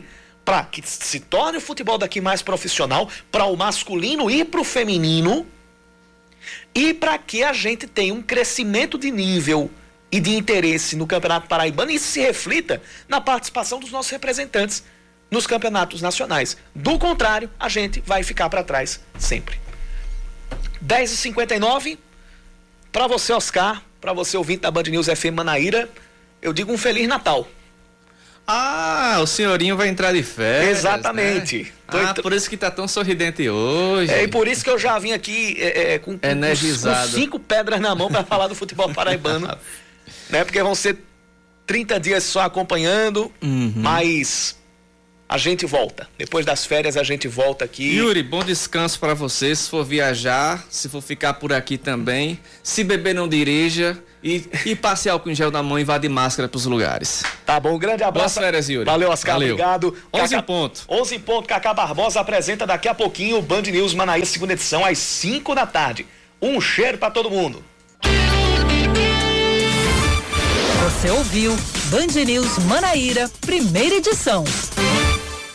para que se torne o futebol daqui mais profissional, para o masculino e para o feminino, e para que a gente tenha um crescimento de nível e de interesse no Campeonato Paraibano e isso se reflita na participação dos nossos representantes nos campeonatos nacionais. Do contrário, a gente vai ficar para trás sempre. dez e cinquenta e nove, para você, Oscar, para você, ouvinte da Band News F M Manaíra, eu digo um Feliz Natal. Ah, o senhorinho vai entrar de férias. Exatamente. Né? Ah, por isso que tá tão sorridente hoje. É, e por isso que eu já vim aqui é, é, com, com, energizado, com cinco pedras na mão para falar do futebol paraibano. Né? Porque vão ser trinta dias só acompanhando, uhum. mas a gente volta. Depois das férias a gente volta aqui. Yuri, bom descanso para você. Se for viajar, se for ficar por aqui também. Se beber, não dirija. E, e passe álcool em gel na mão e vá de máscara para os lugares. Tá bom, um grande abraço. Boas férias, Yuri. Valeu, Oscar, Valeu. Obrigado. onze em ponto. onze em ponto, Cacá Barbosa apresenta daqui a pouquinho o Band News Manaíra, segunda edição, às cinco da tarde. Um cheiro para todo mundo. Você ouviu Band News Manaíra, primeira edição.